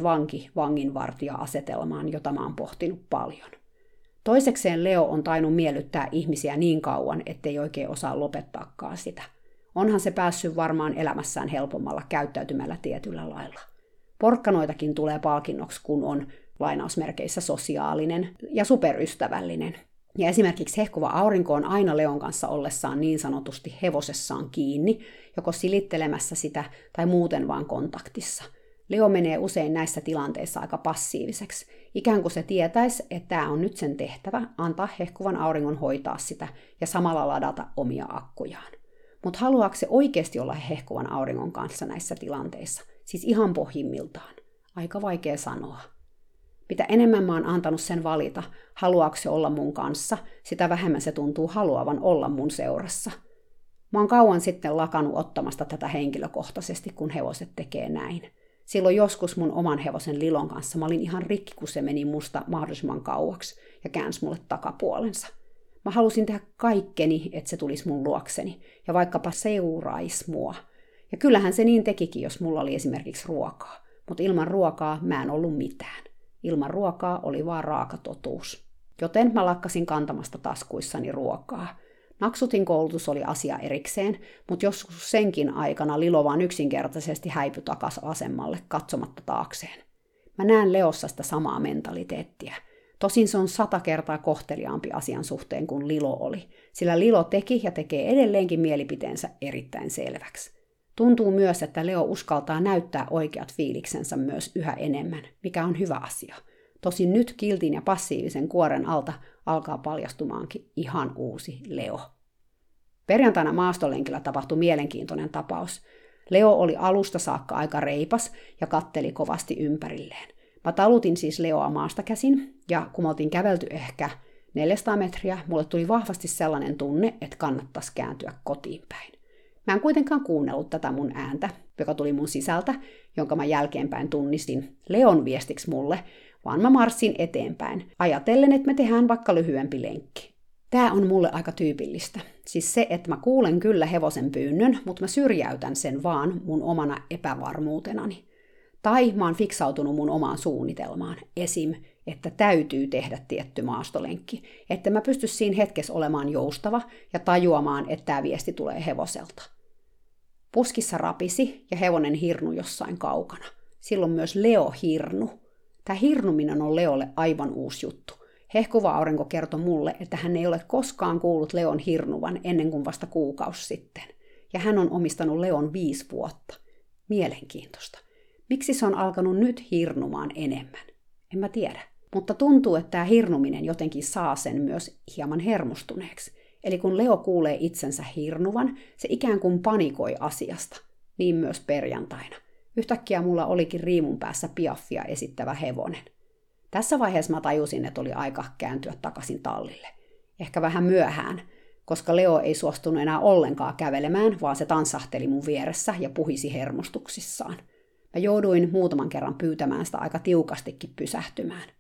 vanginvartija-asetelmaan, jota mä oon pohtinut paljon. Toisekseen Leo on tainnut miellyttää ihmisiä niin kauan, ettei oikein osaa lopettaakaan sitä. Onhan se päässyt varmaan elämässään helpommalla käyttäytymällä tietyllä lailla. Porkkanoitakin tulee palkinnoksi, kun on lainausmerkeissä sosiaalinen ja superystävällinen. Ja esimerkiksi hehkuva aurinko on aina Leon kanssa ollessaan niin sanotusti hevosessaan kiinni, joko silittelemässä sitä tai muuten vaan kontaktissa. Leo menee usein näissä tilanteissa aika passiiviseksi, ikään kuin se tietäisi, että tämä on nyt sen tehtävä antaa hehkuvan auringon hoitaa sitä ja samalla ladata omia akkujaan. Mutta haluaako se oikeasti olla hehkuvan auringon kanssa näissä tilanteissa? Siis ihan pohjimmiltaan. Aika vaikea sanoa. Mitä enemmän mä oon antanut sen valita, haluaako se olla mun kanssa, sitä vähemmän se tuntuu haluavan olla mun seurassa. Mä oon kauan sitten lakannut ottamasta tätä henkilökohtaisesti, kun hevoset tekee näin. Silloin joskus mun oman hevosen Lilon kanssa mä olin ihan rikki, kun se meni musta mahdollisimman kauaksi ja käänsi mulle takapuolensa. Mä halusin tehdä kaikkeni, että se tulisi mun luokseni ja vaikkapa seuraisi mua. Ja kyllähän se niin tekikin, jos mulla oli esimerkiksi ruokaa. Mutta ilman ruokaa mä en ollut mitään. Ilman ruokaa oli vaan raaka totuus. Joten mä lakkasin kantamasta taskuissani ruokaa. Naksutin koulutus oli asia erikseen, mutta joskus senkin aikana Lilo vaan yksinkertaisesti häipyi takas asemmalle katsomatta taakseen. Mä näen Leossa sitä samaa mentaliteettiä. Tosin se on 100 kertaa kohteliaampi asian suhteen kuin Lilo oli, sillä Lilo teki ja tekee edelleenkin mielipiteensä erittäin selväksi. Tuntuu myös, että Leo uskaltaa näyttää oikeat fiiliksensä myös yhä enemmän, mikä on hyvä asia. Tosin nyt kiltin ja passiivisen kuoren alta alkaa paljastumaankin ihan uusi Leo. Perjantaina maastolenkillä tapahtui mielenkiintoinen tapaus. Leo oli alusta saakka aika reipas ja katteli kovasti ympärilleen. Mä talutin siis Leoa maasta käsin, ja kun me oltiin kävelty ehkä 400 metriä, mulle tuli vahvasti sellainen tunne, että kannattaisi kääntyä kotiin päin. Mä en kuitenkaan kuunnellut tätä mun ääntä, joka tuli mun sisältä, jonka mä jälkeenpäin tunnistin Leon viestiksi mulle, vaan mä marssin eteenpäin, ajatellen, että me tehdään vaikka lyhyempi lenkki. Tää on mulle aika tyypillistä. Siis se, että mä kuulen kyllä hevosen pyynnön, mutta mä syrjäytän sen vaan mun omana epävarmuutenani. Tai mä oon fiksautunut mun omaan suunnitelmaan, esim. Että täytyy tehdä tietty maastolenkki, että mä pysty siinä hetkessä olemaan joustava ja tajuamaan, että tämä viesti tulee hevoselta. Puskissa rapisi ja hevonen hirnu jossain kaukana. Silloin myös Leo hirnu. Tämä hirnuminen on Leolle aivan uusi juttu. Hehkuva aurinko kertoi mulle, että hän ei ole koskaan kuullut Leon hirnuvan ennen kuin vasta kuukausi sitten. Ja hän on omistanut Leon 5 vuotta. Mielenkiintoista. Miksi se on alkanut nyt hirnumaan enemmän? En mä tiedä. Mutta tuntuu, että tämä hirnuminen jotenkin saa sen myös hieman hermostuneeksi. Eli kun Leo kuulee itsensä hirnuvan, se ikään kuin panikoi asiasta. Niin myös perjantaina. Yhtäkkiä mulla olikin riimun päässä Piaffia esittävä hevonen. Tässä vaiheessa mä tajusin, että oli aika kääntyä takaisin tallille. Ehkä vähän myöhään, koska Leo ei suostunut enää ollenkaan kävelemään, vaan se tanssahteli mun vieressä ja puhisi hermostuksissaan. Mä jouduin muutaman kerran pyytämään sitä aika tiukastikin pysähtymään.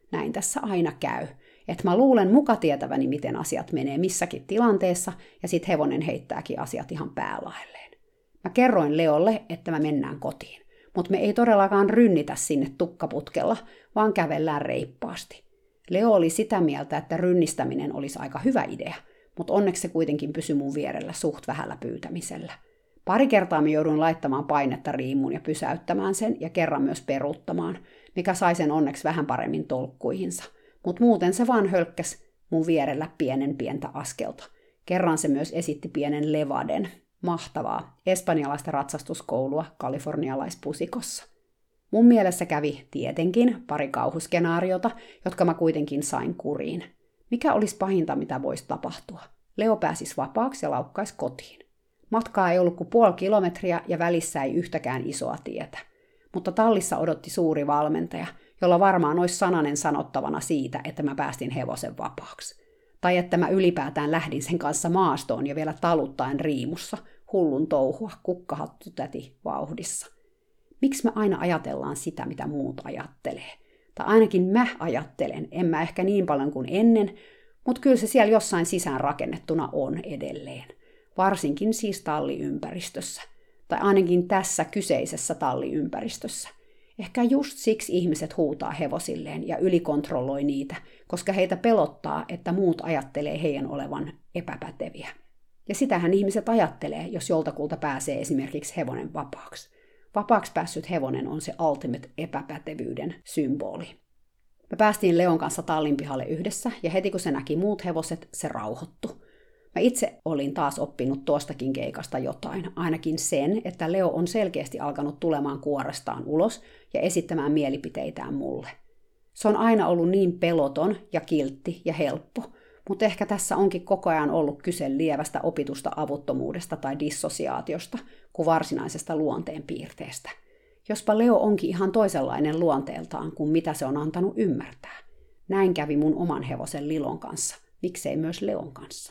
näin tässä aina käy. Että mä luulen muka tietäväni, miten asiat menee missäkin tilanteessa, ja sit hevonen heittääkin asiat ihan päälailleen. Mä kerroin Leolle, että me mennään kotiin, mutta me ei todellakaan rynnitä sinne tukkaputkella, vaan kävellään reippaasti. Leo oli sitä mieltä, että rynnistäminen olisi aika hyvä idea, mutta onneksi se kuitenkin pysyi mun vierellä suht vähällä pyytämisellä. Pari kertaa mä jouduin laittamaan painetta riimuun ja pysäyttämään sen ja kerran myös peruuttamaan, mikä sai sen onneksi vähän paremmin tolkkuihinsa. Mutta muuten se vaan hölkkäs mun vierellä pientä askelta. Kerran se myös esitti pienen levaden. Mahtavaa, espanjalaista ratsastuskoulua kalifornialaispusikossa. Mun mielessä kävi tietenkin pari kauhuskenaariota, jotka mä kuitenkin sain kuriin. Mikä olisi pahinta, mitä voisi tapahtua? Leo pääsisi vapaaksi ja laukkaisi kotiin. Matkaa ei ollut kuin 0,5 kilometriä ja välissä ei yhtäkään isoa tietä. Mutta tallissa odotti suuri valmentaja, jolla varmaan olisi sananen sanottavana siitä, että mä päästin hevosen vapaaksi. Tai että mä ylipäätään lähdin sen kanssa maastoon ja vielä taluttaen riimussa, hullun touhua, kukkahattutäti vauhdissa. Miksi me aina ajatellaan sitä, mitä muut ajattelee? Tai ainakin mä ajattelen, en mä ehkä niin paljon kuin ennen, mutta kyllä se siellä jossain sisään rakennettuna on edelleen. Varsinkin siis talliympäristössä. Tai ainakin tässä kyseisessä talliympäristössä. Ehkä just siksi ihmiset huutaa hevosilleen ja ylikontrolloi niitä, koska heitä pelottaa, että muut ajattelee heidän olevan epäpäteviä. Ja sitähän ihmiset ajattelee, jos joltakulta pääsee esimerkiksi hevonen vapaaksi. Vapaaksi päässyt hevonen on se ultimate epäpätevyyden symboli. Me päästiin Leon kanssa tallin pihalle yhdessä, ja heti kun se näki muut hevoset, se rauhoittui. Mä itse olin taas oppinut tuostakin keikasta jotain, ainakin sen, että Leo on selkeästi alkanut tulemaan kuorestaan ulos ja esittämään mielipiteitään mulle. Se on aina ollut niin peloton ja kiltti ja helppo, mutta ehkä tässä onkin koko ajan ollut kyse lievästä opitusta avuttomuudesta tai dissosiaatiosta kuin varsinaisesta luonteenpiirteestä. Jospa Leo onkin ihan toisenlainen luonteeltaan kuin mitä se on antanut ymmärtää. Näin kävi mun oman hevosen Lilon kanssa, miksei myös Leon kanssa.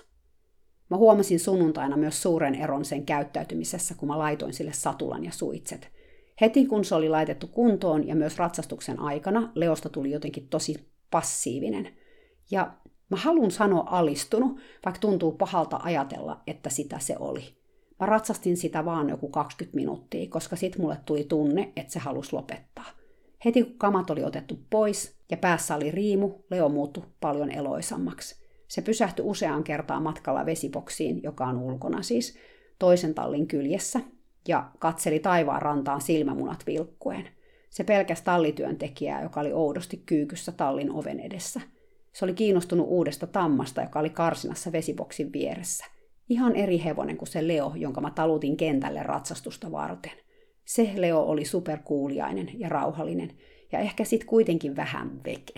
Mä huomasin sunnuntaina myös suuren eron sen käyttäytymisessä, kun mä laitoin sille satulan ja suitset. Heti kun se oli laitettu kuntoon ja myös ratsastuksen aikana, Leosta tuli jotenkin tosi passiivinen. Ja mä haluan sanoa alistunut, vaikka tuntuu pahalta ajatella, että sitä se oli. Mä ratsastin sitä vaan joku 20 minuuttia, koska sit mulle tuli tunne, että se halusi lopettaa. Heti kun kamat oli otettu pois ja päässä oli riimu, Leo muuttui paljon eloisammaksi. Se pysähtyi useaan kertaan matkalla vesiboksiin, joka on ulkona siis, toisen tallin kyljessä, ja katseli taivaan rantaan silmämunat vilkkuen. Se pelkäsi tallityöntekijää, joka oli oudosti kyykyssä tallin oven edessä. Se oli kiinnostunut uudesta tammasta, joka oli karsinassa vesiboksin vieressä. Ihan eri hevonen kuin se Leo, jonka mä talutin kentälle ratsastusta varten. Se Leo oli superkuuliainen ja rauhallinen, ja ehkä sit kuitenkin vähän veke.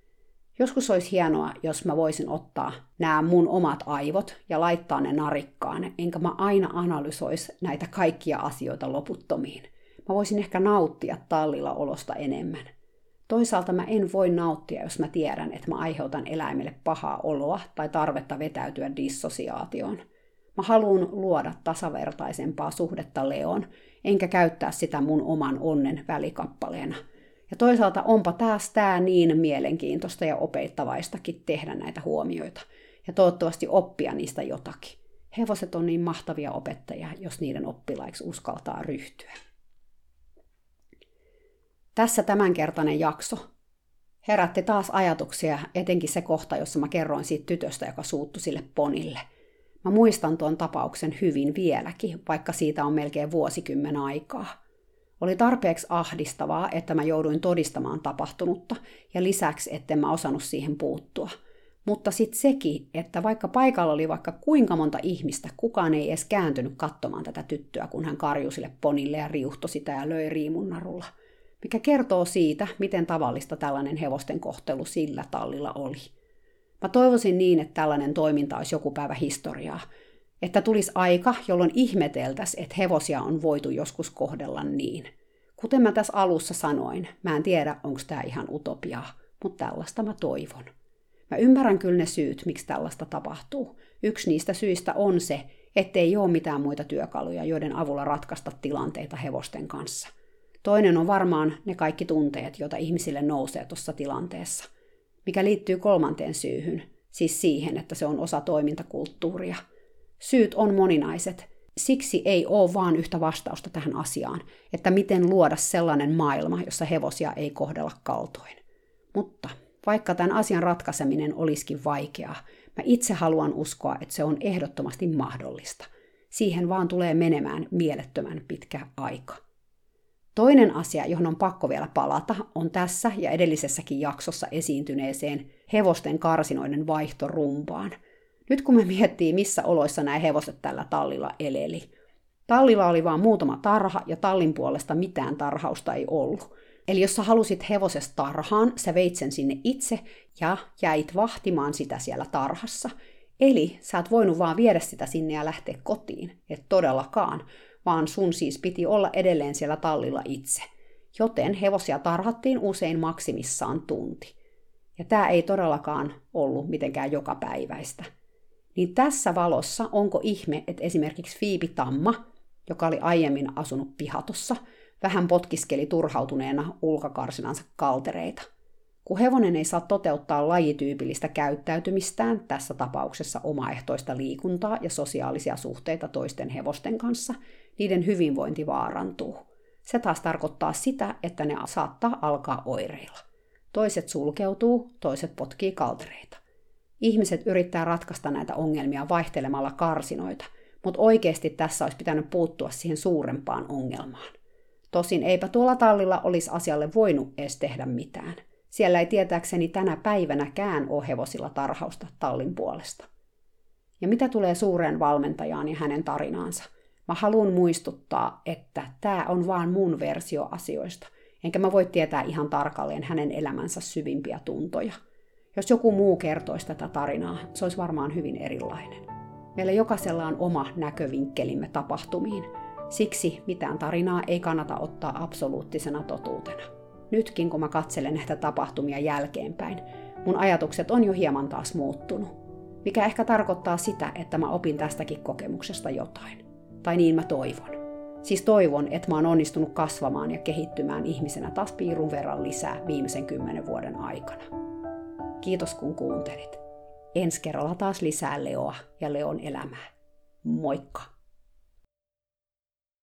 Joskus olisi hienoa, jos mä voisin ottaa nämä mun omat aivot ja laittaa ne narikkaan, enkä mä aina analysoisi näitä kaikkia asioita loputtomiin. Mä voisin ehkä nauttia tallilla olosta enemmän. Toisaalta mä en voi nauttia, jos mä tiedän, että mä aiheutan eläimelle pahaa oloa tai tarvetta vetäytyä dissosiaatioon. Mä haluan luoda tasavertaisempaa suhdetta Leoon, enkä käyttää sitä mun oman onnen välikappaleena. Ja toisaalta onpa taas tää niin mielenkiintoista ja opeittavaistakin tehdä näitä huomioita, ja toivottavasti oppia niistä jotakin. Hevoset on niin mahtavia opettajia, jos niiden oppilaiksi uskaltaa ryhtyä. Tässä tämänkertainen jakso. Herätti taas ajatuksia, etenkin se kohta, jossa mä kerroin siitä tytöstä, joka suuttui sille ponille. Mä muistan tuon tapauksen hyvin vieläkin, vaikka siitä on melkein vuosikymmen aikaa. Oli tarpeeksi ahdistavaa, että mä jouduin todistamaan tapahtunutta, ja lisäksi, etten mä osannut siihen puuttua. Mutta sitten sekin, että vaikka paikalla oli vaikka kuinka monta ihmistä, kukaan ei edes kääntynyt katsomaan tätä tyttöä, kun hän karjui sille ponille ja riuhtoi sitä ja löi riimunnarulla. Mikä kertoo siitä, miten tavallista tällainen hevosten kohtelu sillä tallilla oli. Mä toivoisin niin, että tällainen toiminta olisi joku päivä historiaa. Että tulisi aika, jolloin ihmeteltäisiin, että hevosia on voitu joskus kohdella niin. Kuten mä tässä alussa sanoin, mä en tiedä, onko tämä ihan utopiaa, mutta tällaista mä toivon. Mä ymmärrän kyllä ne syyt, miksi tällaista tapahtuu. Yksi niistä syistä on se, ettei ole mitään muita työkaluja, joiden avulla ratkaista tilanteita hevosten kanssa. Toinen on varmaan ne kaikki tunteet, joita ihmisille nousee tuossa tilanteessa. mikä liittyy kolmanteen syyhyn, siis siihen, että se on osa toimintakulttuuria. Syyt on moninaiset, siksi ei ole vaan yhtä vastausta tähän asiaan, että miten luoda sellainen maailma, jossa hevosia ei kohdella kaltoin. Mutta vaikka tämän asian ratkaiseminen olisikin vaikeaa, mä itse haluan uskoa, että se on ehdottomasti mahdollista. Siihen vaan tulee menemään mielettömän pitkä aika. Toinen asia, johon on pakko vielä palata, on tässä ja edellisessäkin jaksossa esiintyneeseen hevosten karsinoiden vaihtorumpaan. Nyt kun me miettii, missä oloissa nämä hevoset tällä tallilla eleli. Tallilla oli vain muutama tarha ja tallin puolesta mitään tarhausta ei ollut. Eli jos sä halusit hevosesta tarhaan, sä veit sen sinne itse ja jäit vahtimaan sitä siellä tarhassa. Eli sä et voinut vaan viedä sitä sinne ja lähteä kotiin, et todellakaan, vaan sun siis piti olla edelleen siellä tallilla itse. Joten hevosia tarhattiin usein maksimissaan tunti. Ja tämä ei todellakaan ollut mitenkään jokapäiväistä. Niin tässä valossa onko ihme, että esimerkiksi Fiipi-tamma, joka oli aiemmin asunut pihatossa, vähän potkiskeli turhautuneena ulkokarsinansa kaltereita. Kun hevonen ei saa toteuttaa lajityypillistä käyttäytymistään, tässä tapauksessa omaehtoista liikuntaa ja sosiaalisia suhteita toisten hevosten kanssa, niiden hyvinvointi vaarantuu. Se taas tarkoittaa sitä, että ne saattaa alkaa oireilla. Toiset sulkeutuu, toiset potkii kaltereita. Ihmiset yrittää ratkaista näitä ongelmia vaihtelemalla karsinoita, mutta oikeasti tässä olisi pitänyt puuttua siihen suurempaan ongelmaan. Tosin eipä tuolla tallilla olisi asialle voinut edes tehdä mitään. Siellä ei tietääkseni tänä päivänäkään ole hevosilla tarhausta tallin puolesta. Ja mitä tulee suureen valmentajaan ja hänen tarinaansa? Mä haluan muistuttaa, että tämä on vaan mun versio asioista, enkä mä voi tietää ihan tarkalleen hänen elämänsä syvimpiä tuntoja. Jos joku muu kertoisi tätä tarinaa, se olisi varmaan hyvin erilainen. Meillä jokaisella on oma näkövinkkelimme tapahtumiin. Siksi mitään tarinaa ei kannata ottaa absoluuttisena totuutena. Nytkin kun mä katselen näitä tapahtumia jälkeenpäin, mun ajatukset on jo hieman taas muuttunut. Mikä ehkä tarkoittaa sitä, että mä opin tästäkin kokemuksesta jotain. Tai niin mä toivon. Siis toivon, että mä oon onnistunut kasvamaan ja kehittymään ihmisenä taas piirun verran lisää viimeisen 10 vuoden aikana. Kiitos kun kuuntelit. Ensi kerralla taas lisää Leoa ja Leon elämää. Moikka!